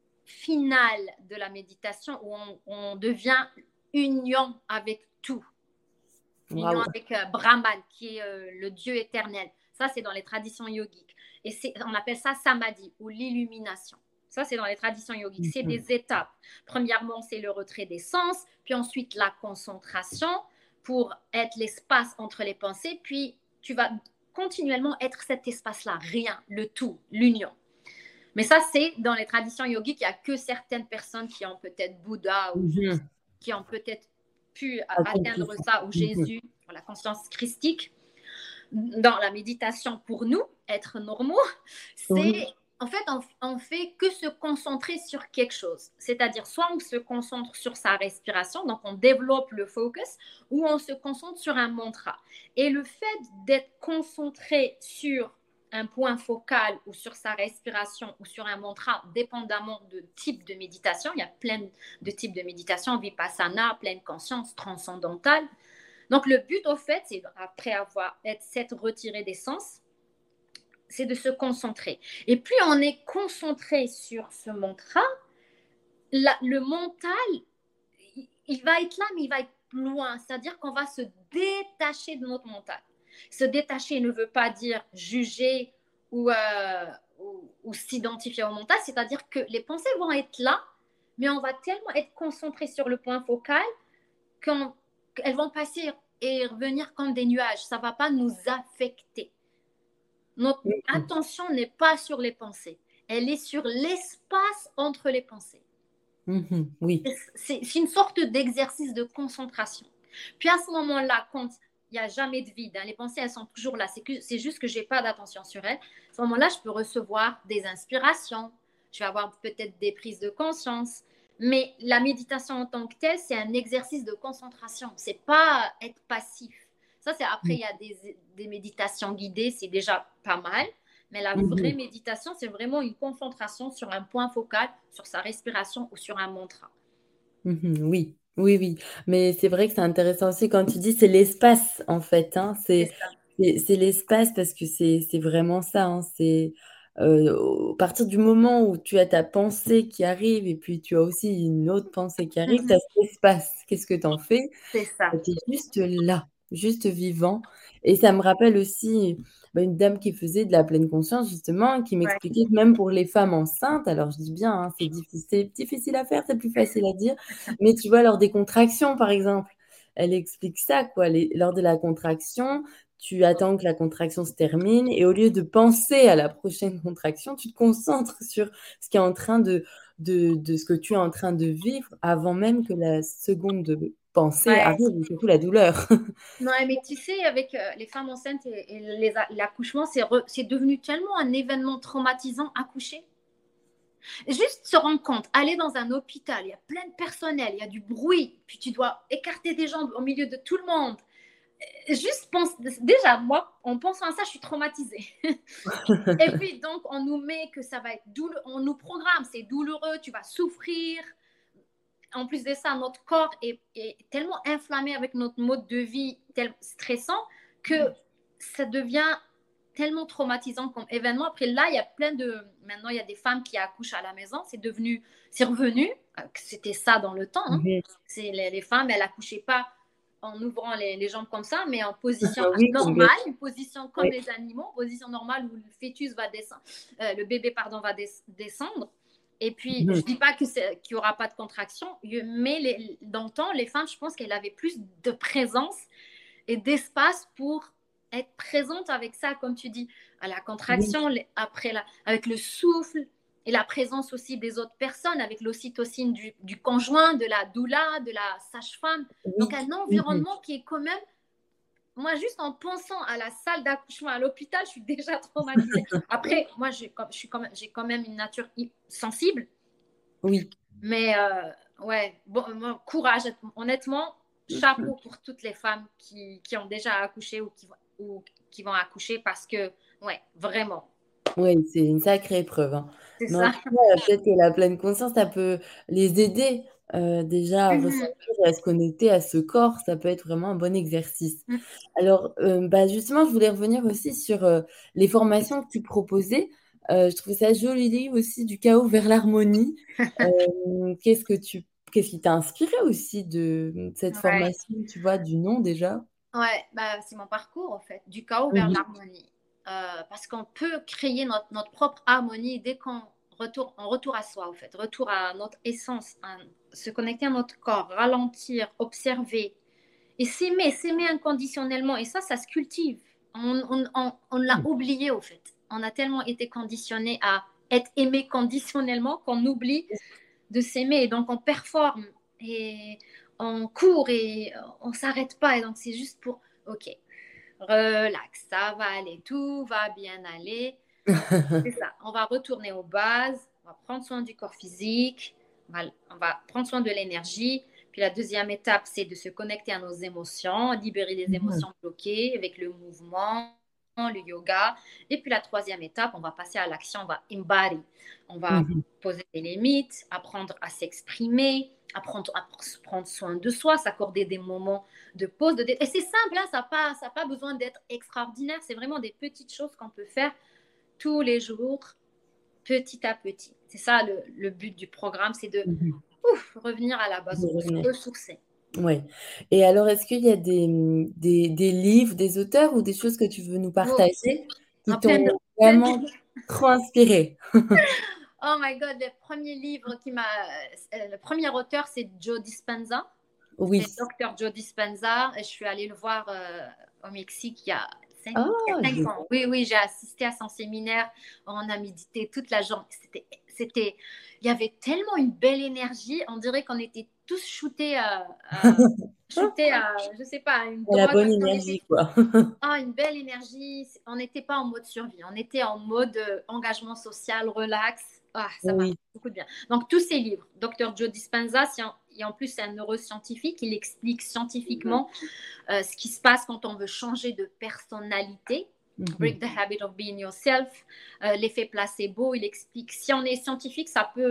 finale de la méditation où on devient union avec tout, union
Waouh.
avec Brahman, qui est le Dieu éternel. Ça, c'est dans les traditions yogiques. Et on appelle ça samadhi ou l'illumination. Ça, c'est dans les traditions yogiques. C'est
Mhm.
des étapes. Premièrement, c'est le retrait des sens, puis ensuite la concentration pour être l'espace entre les pensées, puis tu vas continuellement être cet espace-là, rien, le tout, l'union. Mais ça, c'est dans les traditions yogiques, il n'y a que certaines personnes qui ont peut-être Bouddha ou
Mhm.
qui ont peut-être pu
Accompli
atteindre
ça.
ça, ou
Mhm.
Jésus, la conscience christique. Dans la méditation, pour nous, être normaux, c'est
Oui.
en fait, on fait que se concentrer sur quelque chose. C'est-à-dire, soit on se concentre sur sa respiration, donc on développe le focus, ou on se concentre sur un mantra. Et le fait d'être concentré sur un point focal ou sur sa respiration ou sur un mantra, dépendamment de type de méditation, il y a plein de types de méditation, vipassana, pleine conscience, transcendantale. Donc, le but, au fait, c'est après avoir s'être retiré des sens, c'est de se concentrer. Et plus on est concentré sur ce mantra, le mental, il va être là, mais il va être loin. C'est-à-dire qu'on va se détacher de notre mental. Se détacher ne veut pas dire juger ou s'identifier au mental, c'est-à-dire que les pensées vont être là, mais on va tellement être concentré sur le point focal qu'elles vont passer et revenir comme des nuages. Ça ne va pas nous affecter. Notre
Mhm.
attention n'est pas sur les pensées. Elle est sur l'espace entre les pensées.
Mhm. Oui.
C'est une sorte d'exercice de concentration. Puis à ce moment-là, quand il n'y a jamais de vide, hein, les pensées, elles sont toujours là. C'est juste que je n'ai pas d'attention sur elles. À ce moment-là, je peux recevoir des inspirations. Je vais avoir peut-être des prises de conscience. Mais la méditation en tant que telle, c'est un exercice de concentration. C'est pas être passif. Ça, c'est après, il y a des méditations guidées, c'est déjà pas mal. Mais la vraie
Mhm.
méditation, c'est vraiment une concentration sur un point focal, sur sa respiration ou sur un mantra.
Mhm. Oui. Oui, oui. Mais c'est vrai que c'est intéressant aussi quand tu dis c'est l'espace, en fait, hein.
C'est
C'est,
ça.
c'est l'espace parce que c'est vraiment ça, hein. C'est à partir du moment où tu as ta pensée qui arrive et puis tu as aussi une autre pensée qui arrive, tu as
Mhm.
cet espace. Qu'est-ce que tu en fais?
C'est ça.
C'était juste là, juste vivant. Et ça me rappelle aussi une dame qui faisait de la pleine conscience, justement, qui
Ouais.
m'expliquait que même pour les femmes enceintes, alors je dis bien, hein, c'est difficile à faire, c'est plus facile à dire, mais tu vois, lors des contractions, par exemple, elle explique ça, quoi. Lors de la contraction, tu attends que la contraction se termine et au lieu de penser à la prochaine contraction, tu te concentres sur ce qui est en train de ce que tu es en train de vivre avant même que la seconde pensée
Ouais.
arrive, et surtout la douleur.
Non, mais tu sais, avec les femmes enceintes et l'accouchement, c'est devenu tellement un événement traumatisant, accoucher. Juste se rendre compte, aller dans un hôpital, il y a plein de personnel, il y a du bruit, puis tu dois écarter des jambes au milieu de tout le monde. Juste pense, déjà, moi, en pensant à ça, je suis traumatisée. Et puis, donc, on nous met que ça va être douloureux, on nous programme, c'est douloureux, tu vas souffrir. En plus de ça, notre corps est tellement inflammé avec notre mode de vie stressant que ça devient tellement traumatisant comme événement. Après, là, il y a maintenant, il y a des femmes qui accouchent à la maison. C'est revenu. C'était ça dans le temps, hein.
Mhm.
Les femmes, elles accouchaient pas en ouvrant les jambes comme ça, mais en position
Oui,
normale,
complètement.
une position comme
Oui.
les animaux, position normale où le fœtus va descendre, le bébé, pardon, va descendre. Et puis, je ne
Mhm.
dis pas qu'il n'y aura pas de contraction, mais dans le temps, les femmes, je pense qu'elles avaient plus de présence et d'espace pour être présente avec ça, comme tu dis, à la
Oui.
contraction, avec le souffle et la présence aussi des autres personnes, avec l'ocytocine du conjoint, de la doula, de la sage-femme. Donc
Oui.
un
Mmh.
environnement qui est quand même, moi juste en pensant à la salle d'accouchement à l'hôpital, je suis déjà traumatisée. Après, moi j'ai quand même une nature sensible,
Oui.
mais ouais, bon, courage, honnêtement,
Mmh.
chapeau pour toutes les femmes qui ont déjà accouché ou qui vont accoucher parce que, ouais, vraiment,
Oui, c'est une sacrée épreuve, hein.
c'est
Mais en
ça.
tout cas, peut-être que la pleine conscience, ça peut les aider, déjà à ressentir
Mhm.
et à se connecter à ce corps. Ça peut être vraiment un bon exercice.
Mhm.
Alors, bah, justement, je voulais revenir aussi sur, les formations que tu proposais. Je trouve ça joli aussi «Du chaos vers l'harmonie». Qu'est-ce qui t'a inspiré aussi de cette
Ouais.
formation, tu vois, du nom déjà?
Ouais, bah, c'est mon parcours en fait, du chaos vers
Mmh.
l'harmonie. Parce qu'on peut créer notre propre harmonie dès qu'on retour à soi, en fait, retour à notre essence, se connecter à notre corps, ralentir, observer et s'aimer inconditionnellement. Et ça se cultive. On l'a
Mmh.
oublié, au fait. On a tellement été conditionné à être aimé conditionnellement qu'on oublie de s'aimer. Et donc, on performe et on court et on s'arrête pas. Et donc, c'est juste pour, OK, relax, ça va aller, tout va bien aller. C'est ça. On va retourner aux bases, on va prendre soin du corps physique, on va prendre soin de l'énergie. Puis la deuxième étape, c'est de se connecter à nos émotions, libérer les
Mmh.
émotions bloquées avec le mouvement, le yoga. Et puis la troisième étape, on va passer à l'action, on va embody. On va
Mmh.
poser des limites, apprendre à s'exprimer, apprendre à prendre soin de soi, s'accorder des moments de pause. Et c'est simple, hein, ça n'a pas besoin d'être extraordinaire. C'est vraiment des petites choses qu'on peut faire tous les jours, petit à petit. C'est ça le but du programme, c'est de
Mmh.
revenir à la base,
De
se
revenir.
ressourcer.
Ouais, et alors est-ce qu'il y a des livres, des auteurs ou des choses que tu veux nous
Oh,
partager qui
en plein
t'ont
de...
vraiment trop inspiré?
Oh my God, le premier auteur, c'est Joe Dispenza.
Oui.
C'est Docteur Joe Dispenza. Je suis allée le voir au Mexique il y a
Ah!
5 ans. Oui, oui, j'ai assisté à son séminaire. On a médité toute la journée. Il y avait tellement une belle énergie. On dirait qu'on était tous shootés à, je sais pas, à une
La
drogue
bonne
parce qu'on était
énergie, quoi.
une belle énergie. On n'était pas en mode survie. On était en mode engagement social, relax. Ah, ça m'a fait
Oui.
beaucoup de bien. Donc, tous ces livres, Dr. Joe Dispenza, et en plus, c'est un neuroscientifique. Il explique scientifiquement ce qui se passe quand on veut changer de personnalité.
Mmh.
Break the habit of being yourself. L'effet placebo, il explique. Si on est scientifique,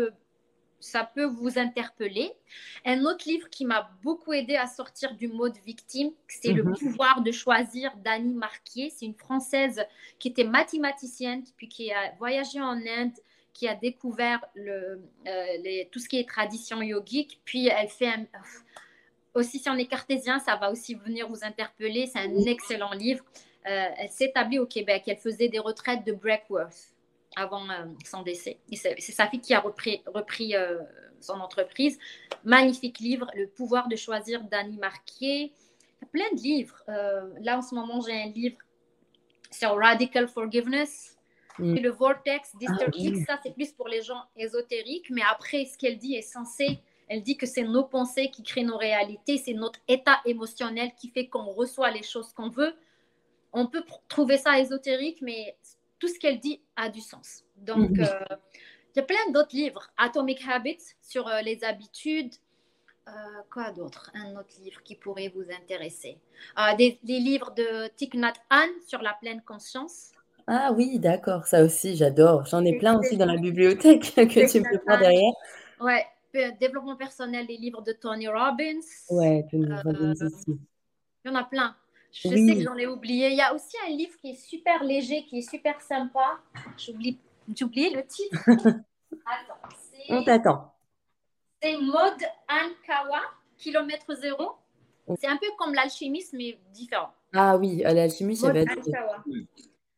ça peut vous interpeller. Un autre livre qui m'a beaucoup aidé à sortir du mode victime, c'est Le
Mmh.
pouvoir de choisir d'Annie Marquier. C'est une Française qui était mathématicienne, puis qui a voyagé en Inde, qui a découvert tout ce qui est tradition yogique. Puis elle fait aussi, si on est cartésien, ça va aussi venir vous interpeller. C'est un
Oui.
excellent livre. Elle s'établit au Québec. Elle faisait des retraites de breakworth avant son décès. Et c'est sa fille qui a repris son entreprise. Magnifique livre, Le pouvoir de choisir d'Annie Marquier. Il y a plein de livres. Là, en ce moment, j'ai un livre sur Radical Forgiveness.
Mmh.
Et le Vortex
Ah
d'Easter Hicks,
oui.
ça, c'est plus pour les gens ésotériques. Mais après, ce qu'elle dit est censé. Elle dit que c'est nos pensées qui créent nos réalités, c'est notre état émotionnel qui fait qu'on reçoit les choses qu'on veut. On peut trouver ça ésotérique, mais tout ce qu'elle dit a du sens. Donc,
Mmh.
il y a plein d'autres livres. Atomic Habits sur les habitudes. Quoi d'autre? Un autre livre qui pourrait vous intéresser. Des livres de Thich Nhat Hanh sur la pleine conscience.
Ah oui, d'accord, ça aussi j'adore. J'en ai plein aussi dans la
Excellent.
bibliothèque que
Thich
tu me
Nhat
prépares
Hanh.
derrière.
Ouais, développement personnel, les livres de Tony Robbins.
Ouais, Tony Robbins aussi.
Il y en a plein. Je sais que
Oui.
j'en ai oublié. Il y a aussi un livre qui est super léger, qui est super sympa. J'ai oublié le titre. Attends,
On t'attend.
c'est Mode Ankawa, kilomètre zéro. C'est un peu comme l'alchimiste, mais différent.
Ah oui, à l'alchimie,
Mode
j'avais adoré.
Ankawa.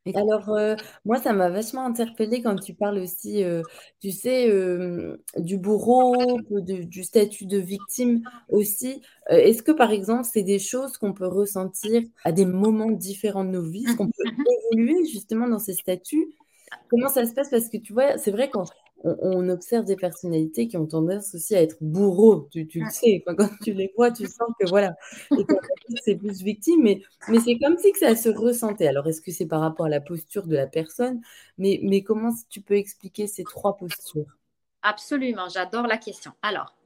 Alors, moi, ça m'a vachement interpellée quand tu parles aussi, tu sais, du bourreau, du statut de victime aussi. Est-ce que, par exemple, c'est des choses qu'on peut ressentir à des moments différents de nos vies? Est-ce qu'on peut
Mhm.
évoluer justement dans ces statuts? Comment ça se passe? Parce que tu vois, c'est vrai qu'on observe des personnalités qui ont tendance aussi à être bourreaux, tu le sais, enfin, quand tu les vois, tu sens que voilà et tu as c'est plus victime, mais c'est comme si que ça se ressentait. Alors est-ce que c'est par rapport à la posture de la personne? Mais comment tu peux expliquer ces 3 postures?
Absolument, j'adore la question. Alors,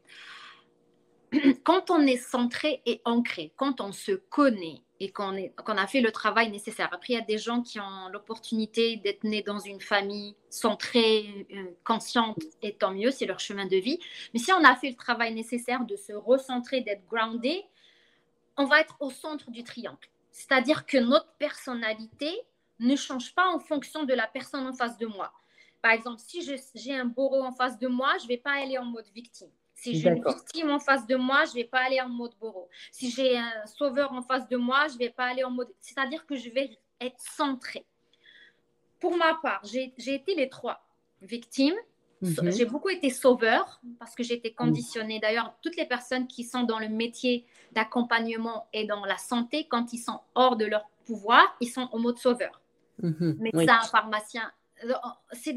quand on est centré et ancré, quand on se connaît et qu'on a fait le travail nécessaire. Après, il y a des gens qui ont l'opportunité d'être nés dans une famille centrée, consciente, et tant mieux, c'est leur chemin de vie. Mais si on a fait le travail nécessaire de se recentrer, d'être groundé, on va être au centre du triangle. C'est-à-dire que notre personnalité ne change pas en fonction de la personne en face de moi. Par exemple, si j'ai un bourreau en face de moi, je ne vais pas aller en mode victime. Si j'ai une
D'accord.
victime en face de moi, je ne vais pas aller en mode bourreau. Si j'ai un sauveur en face de moi, je ne vais pas aller en mode... C'est-à-dire que je vais être centrée. Pour ma part, j'ai été les 3 victimes. J'ai
Mmh.
beaucoup été sauveur parce que j'ai été
Ah oui.
conditionnée. D'ailleurs, toutes les personnes qui sont dans le métier d'accompagnement et dans la santé, quand ils sont hors de leur pouvoir, ils sont en mode sauveur.
Oui.
Médecin, pharmacien, c'est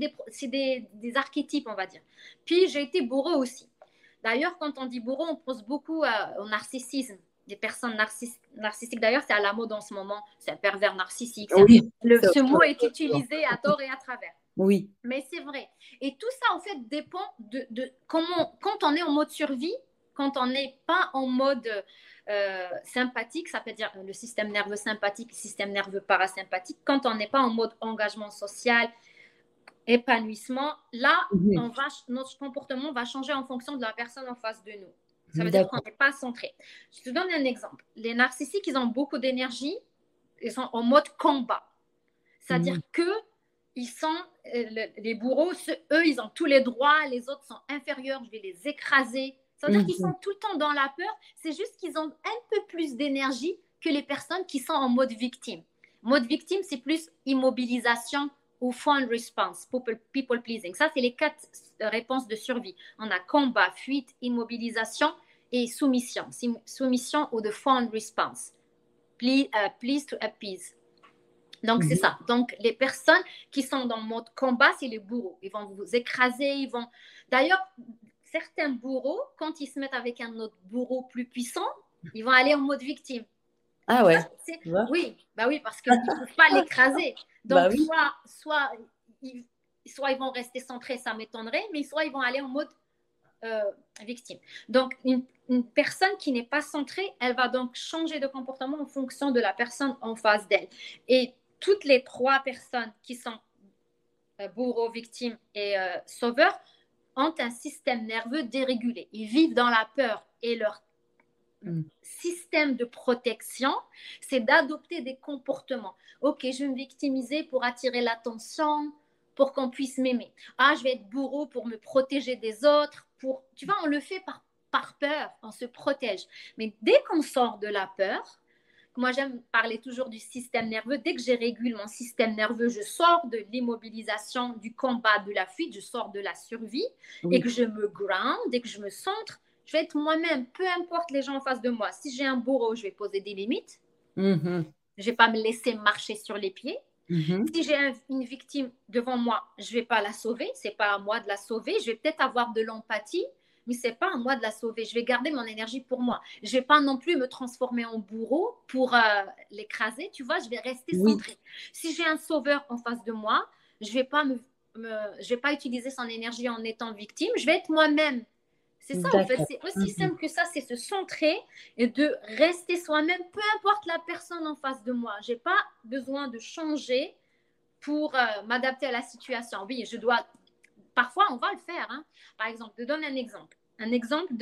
des archétypes, on va dire. Puis j'ai été bourreau aussi. D'ailleurs, quand on dit bourreau, on pense beaucoup au narcissisme. Des personnes narcissiques, d'ailleurs, c'est à la mode en ce moment. C'est un pervers narcissique.
Oui, c'est
Ce
autre
mot est
chose.
utilisé à tort et à travers.
Oui.
Mais c'est vrai. Et tout ça, en fait, dépend de comment, quand on est en mode survie, quand on n'est pas en mode sympathique, ça veut dire le système nerveux sympathique, le système nerveux parasympathique, quand on n'est pas en mode engagement social, épanouissement, là,
Mmh.
notre comportement va changer en fonction de la personne en face de nous. Ça veut dire qu'on
D'accord.
n'est pas centré. Je te donne un exemple. Les narcissiques, ils ont beaucoup d'énergie, ils sont en mode combat. C'est-à-dire
Mmh.
que ils sont les bourreaux, eux, ils ont tous les droits, les autres sont inférieurs, je vais les écraser. Ça veut dire qu'ils
Mmh.
sont tout le temps dans la peur, c'est juste qu'ils ont un peu plus d'énergie que les personnes qui sont en mode victime. Mode victime, c'est plus immobilisation ou fawn response, people pleasing. Ça, c'est les 4 réponses de survie. On a combat, fuite, immobilisation et soumission. Soumission ou de fawn response. Please to appease. Donc, c'est
Mmh.
ça. Donc, les personnes qui sont dans le mode combat, c'est les bourreaux. Ils vont vous écraser, ils vont... D'ailleurs, certains bourreaux, quand ils se mettent avec un autre bourreau plus puissant, ils vont aller en mode victime.
Ah
Ça,
ouais, tu vois?
oui, bah oui, parce qu'ils ne peuvent pas l'écraser.
Bah
Donc,
oui.
ils, soit ils vont rester centrés, ça m'étonnerait, mais soit ils vont aller en mode euh, victime. Donc, une personne qui n'est pas centrée, elle va donc changer de comportement en fonction de la personne en face d'elle. Et toutes les 3 personnes qui sont bourreaux, victimes et sauveurs ont un système nerveux dérégulé. Ils vivent dans la peur et leur
Mmh.
système de protection, c'est d'adopter des comportements. Ok, je vais me victimiser pour attirer l'attention, pour qu'on puisse m'aimer. Ah, je vais être bourreau pour me protéger des autres. Tu vois, on le fait par peur, on se protège. Mais dès qu'on sort de la peur, moi j'aime parler toujours du système nerveux, dès que j'ai régule mon système nerveux, je sors de l'immobilisation, du combat, de la fuite, je sors de la survie et que
Oui.
je me ground et que je me centre, je vais être moi-même, peu importe les gens en face de moi. Si j'ai un bourreau, je vais poser des limites.
Mmh.
Je ne vais pas me laisser marcher sur les pieds.
Mmh.
Si j'ai une victime devant moi, je ne vais pas la sauver. Ce n'est pas à moi de la sauver. Je vais peut-être avoir de l'empathie, mais ce n'est pas à moi de la sauver. Je vais garder mon énergie pour moi. Je ne vais pas non plus me transformer en bourreau pour l'écraser. Tu vois, je vais rester
Oui,
centrée. Si j'ai un sauveur en face de moi, je ne vais pas je vais pas utiliser son énergie en étant victime. Je vais être moi-même. C'est ça, en fait.
d'accord.
C'est aussi
Mmh.
simple que ça, c'est se centrer et de rester soi-même, peu importe la personne en face de moi. Je n'ai pas besoin de changer pour m'adapter à la situation. Oui, je dois... Parfois, on va le faire. Hein. Par exemple, je donne un exemple. Un exemple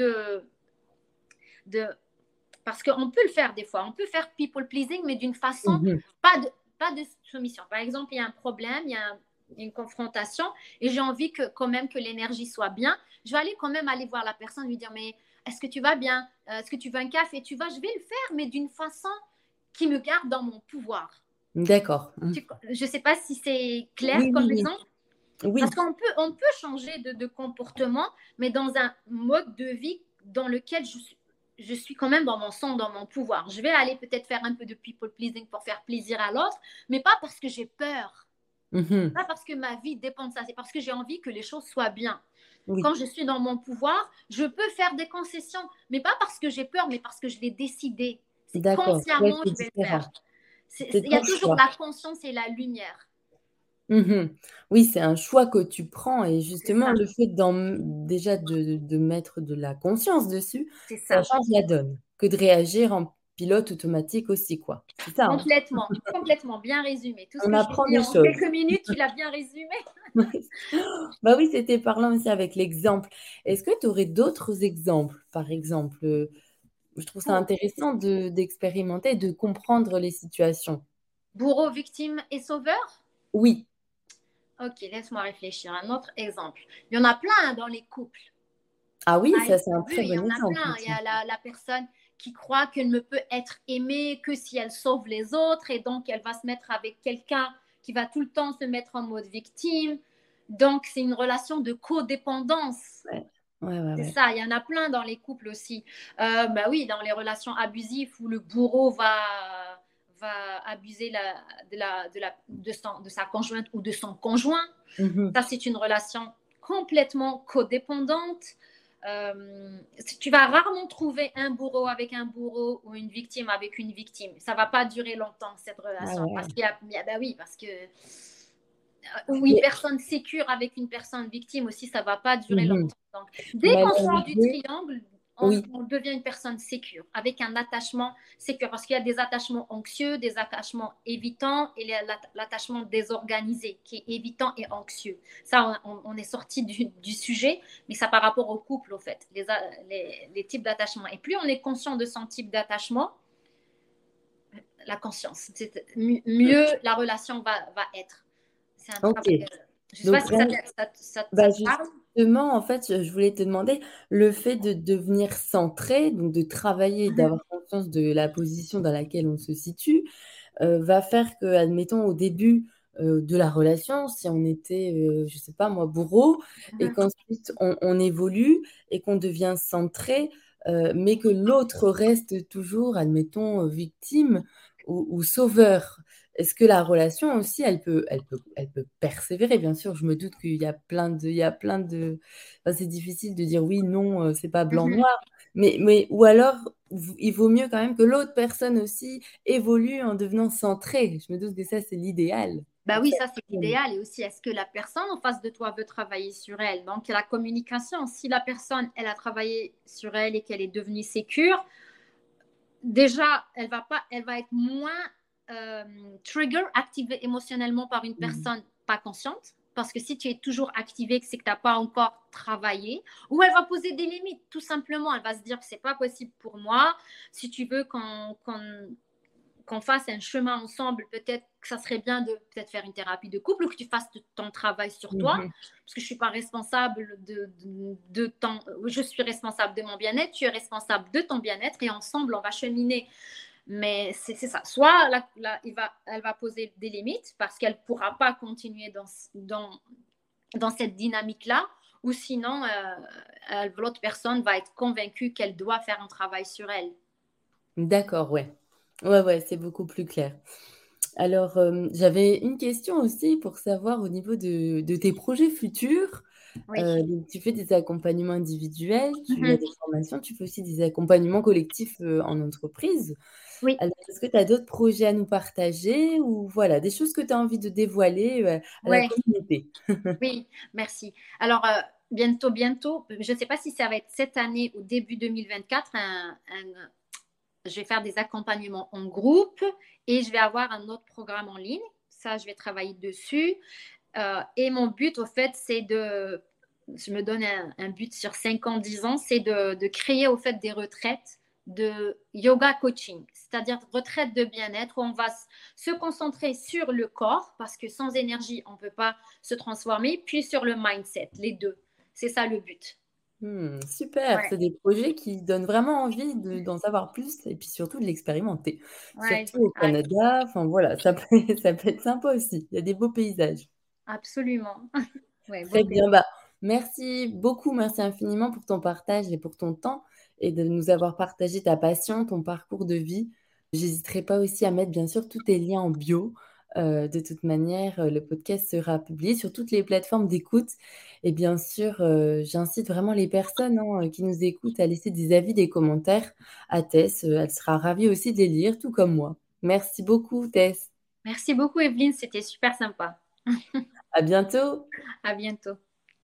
de... Parce qu'on peut le faire des fois. On peut faire people pleasing, mais d'une façon
Mmh.
pas de soumission. Par exemple, il y a un problème, il y a une confrontation et j'ai envie quand même que l'énergie soit bien. Je vais quand même aller voir la personne, lui dire, mais est-ce que tu vas bien? Est-ce que tu veux un café? Je vais le faire, mais d'une façon qui me garde dans mon pouvoir.
D'accord. Mmh.
Je ne sais pas si c'est clair
Oui,
comme
oui, oui.
exemple. Parce
Oui.
qu'on peut changer de comportement, mais dans un mode de vie dans lequel je suis quand même dans mon sang, dans mon pouvoir. Je vais aller peut-être faire un peu de people pleasing pour faire plaisir à l'autre, mais pas parce que j'ai peur.
Mmh.
Pas parce que ma vie dépend de ça. C'est parce que j'ai envie que les choses soient bien.
Oui.
Quand je suis dans mon pouvoir, je peux faire des concessions, mais pas parce que j'ai peur, mais parce que je l'ai décidé. C'est
D'accord. Ouais,
consciemment,
c'est
je vais le faire.
différent. C'est
Il y a
ton
toujours
choix.
la conscience et la lumière.
Mmh. Oui, c'est un choix que tu prends et
C'est
justement
ça.
le fait déjà de mettre de la conscience dessus,
C'est
ça
ça.
change la donne, que de réagir en pilote automatique aussi, quoi. C'est ça, hein?
Complètement, complètement, bien résumé. Tout ce
On
que j'ai
apprend
dit
des
en
choses.
quelques minutes, tu l'as bien résumé.
Oui. Bah oui, c'était parlant aussi avec l'exemple. Est-ce que tu aurais d'autres exemples? Par exemple, je trouve ça
Pour
intéressant d'expérimenter, de comprendre les situations.
bourreau, victime et sauveur.
Oui.
Ok, laisse-moi réfléchir. Un autre exemple. Il y en a plein dans les couples.
Ah oui,
On a
ça, c'est un
vu,
très
il y
bon
en a
exemple
plein. Il y
aussi.
a la personne qui croit qu'elle ne peut être aimée que si elle sauve les autres et donc elle va se mettre avec quelqu'un qui va tout le temps se mettre en mode victime. Donc c'est une relation de codépendance.
Ouais. Ouais, ouais,
C'est
ouais.
ça, il y en a plein dans les couples aussi. Bah oui, dans les relations abusives où le bourreau va abuser de sa conjointe ou de son conjoint.
Mmh.
Ça, c'est une relation complètement codépendante. Tu vas rarement trouver un bourreau avec un bourreau ou une victime avec une victime. Ça va pas durer longtemps, cette
Ah
relation. Parce
ouais.
bah oui, parce que ou une
Mais
personne sécure avec une personne victime aussi, ça va pas durer
mmh.
longtemps. Donc, dès qu'on sort du
Malheureusement,
triangle,
oui.
on devient une personne sécure, avec un attachement sécure. Parce qu'il y a des attachements anxieux, des attachements évitants et l'attachement désorganisé, qui est évitant et anxieux. Ça, on est sorti du sujet, mais ça par rapport au couple, au fait, les types d'attachement. Et plus on est conscient de son type d'attachement, la conscience,
Mmh.
mieux la relation va être. C'est un
OK.
travail. Je ne sais pas
Donc
si
rien
ça
bah,
te parle.
justement, en fait, je voulais te demander, le fait de devenir centré, donc de travailler,
Mhm,
d'avoir conscience de la position dans laquelle on se situe, va faire que, admettons, au début, de la relation, si on était, je sais pas moi, bourreau et
mhm,
qu'ensuite on évolue et qu'on devient centré, mais que l'autre reste toujours, admettons, victime ou sauveur. Est-ce que la relation aussi, elle peut persévérer? Bien sûr, je me doute qu'il y a plein de enfin, c'est difficile de dire: «Oui, non, c'est pas
mhm.
blanc-noir», mais ou alors, il vaut mieux quand même que l'autre personne aussi évolue en devenant centré. Je me doute que ça, c'est l'idéal
Bah
pour
oui,
chaque
ça c'est
personne.
l'idéal. Et aussi, est-ce que la personne en face de toi veut travailler sur elle? Donc, la communication. Si la personne, elle a travaillé sur elle et qu'elle est devenue sécure, déjà, elle va être moins euh, trigger, activée émotionnellement par une
Mmh.
personne pas consciente. Parce que si tu es toujours activé, c'est que tu n'as pas encore travaillé. Ou elle va poser des limites, tout simplement. Elle va se dire que c'est pas possible pour moi. Si tu veux qu'on fasse un chemin ensemble, peut-être que ça serait bien de peut-être faire une thérapie de couple ou que tu fasses ton travail sur toi,
Mmh.
parce que je suis pas responsable de ton, je suis responsable de mon bien-être, tu es responsable de ton bien-être et ensemble on va cheminer. Mais c'est ça. Soit elle va poser des limites parce qu'elle ne pourra pas continuer dans cette dynamique-là, ou sinon l'autre personne va être convaincue qu'elle doit faire un travail sur elle.
D'accord, ouais. Ouais, ouais, c'est beaucoup plus clair. Alors, j'avais une question aussi pour savoir au niveau de tes projets futurs.
Oui.
Donc tu fais des accompagnements individuels, tu as
Mhm.
des formations, tu fais aussi des accompagnements collectifs, en entreprise.
Oui.
Alors, est-ce que tu as d'autres projets à nous partager ou voilà, des choses que tu as envie de dévoiler, à la
Ouais.
communauté?
Oui, merci. Alors, bientôt, je ne sais pas si ça va être cette année ou début 2024, je vais faire des accompagnements en groupe et je vais avoir un autre programme en ligne. Ça, je vais travailler dessus. Et mon but, au fait, je me donne un but sur 5 ans, 10 ans, c'est de créer, au fait, des retraites de yoga coaching, c'est-à-dire retraite de bien-être où on va se concentrer sur le corps parce que sans énergie, on ne peut pas se transformer, puis sur le mindset, les deux. C'est ça le but.
Super,
Ouais,
c'est des projets qui donnent vraiment envie d'en savoir plus et puis surtout de l'expérimenter.
ouais,
Surtout au
ouais,
Canada, enfin voilà, ça peut être sympa aussi. Il y a des beaux paysages.
absolument. Ouais,
Très
beau pays.
bien, bah, merci beaucoup, merci infiniment pour ton partage et pour ton temps et de nous avoir partagé ta passion, ton parcours de vie. J'hésiterai pas aussi à mettre bien sûr tous tes liens en bio. De toute manière, le podcast sera publié sur toutes les plateformes d'écoute et bien sûr, j'incite vraiment les personnes, hein, qui nous écoutent à laisser des avis, des commentaires à Tess, elle sera ravie aussi de les lire tout comme moi. Merci beaucoup Tess,
Merci beaucoup, Evelyne, c'était super sympa.
à bientôt.
À bientôt.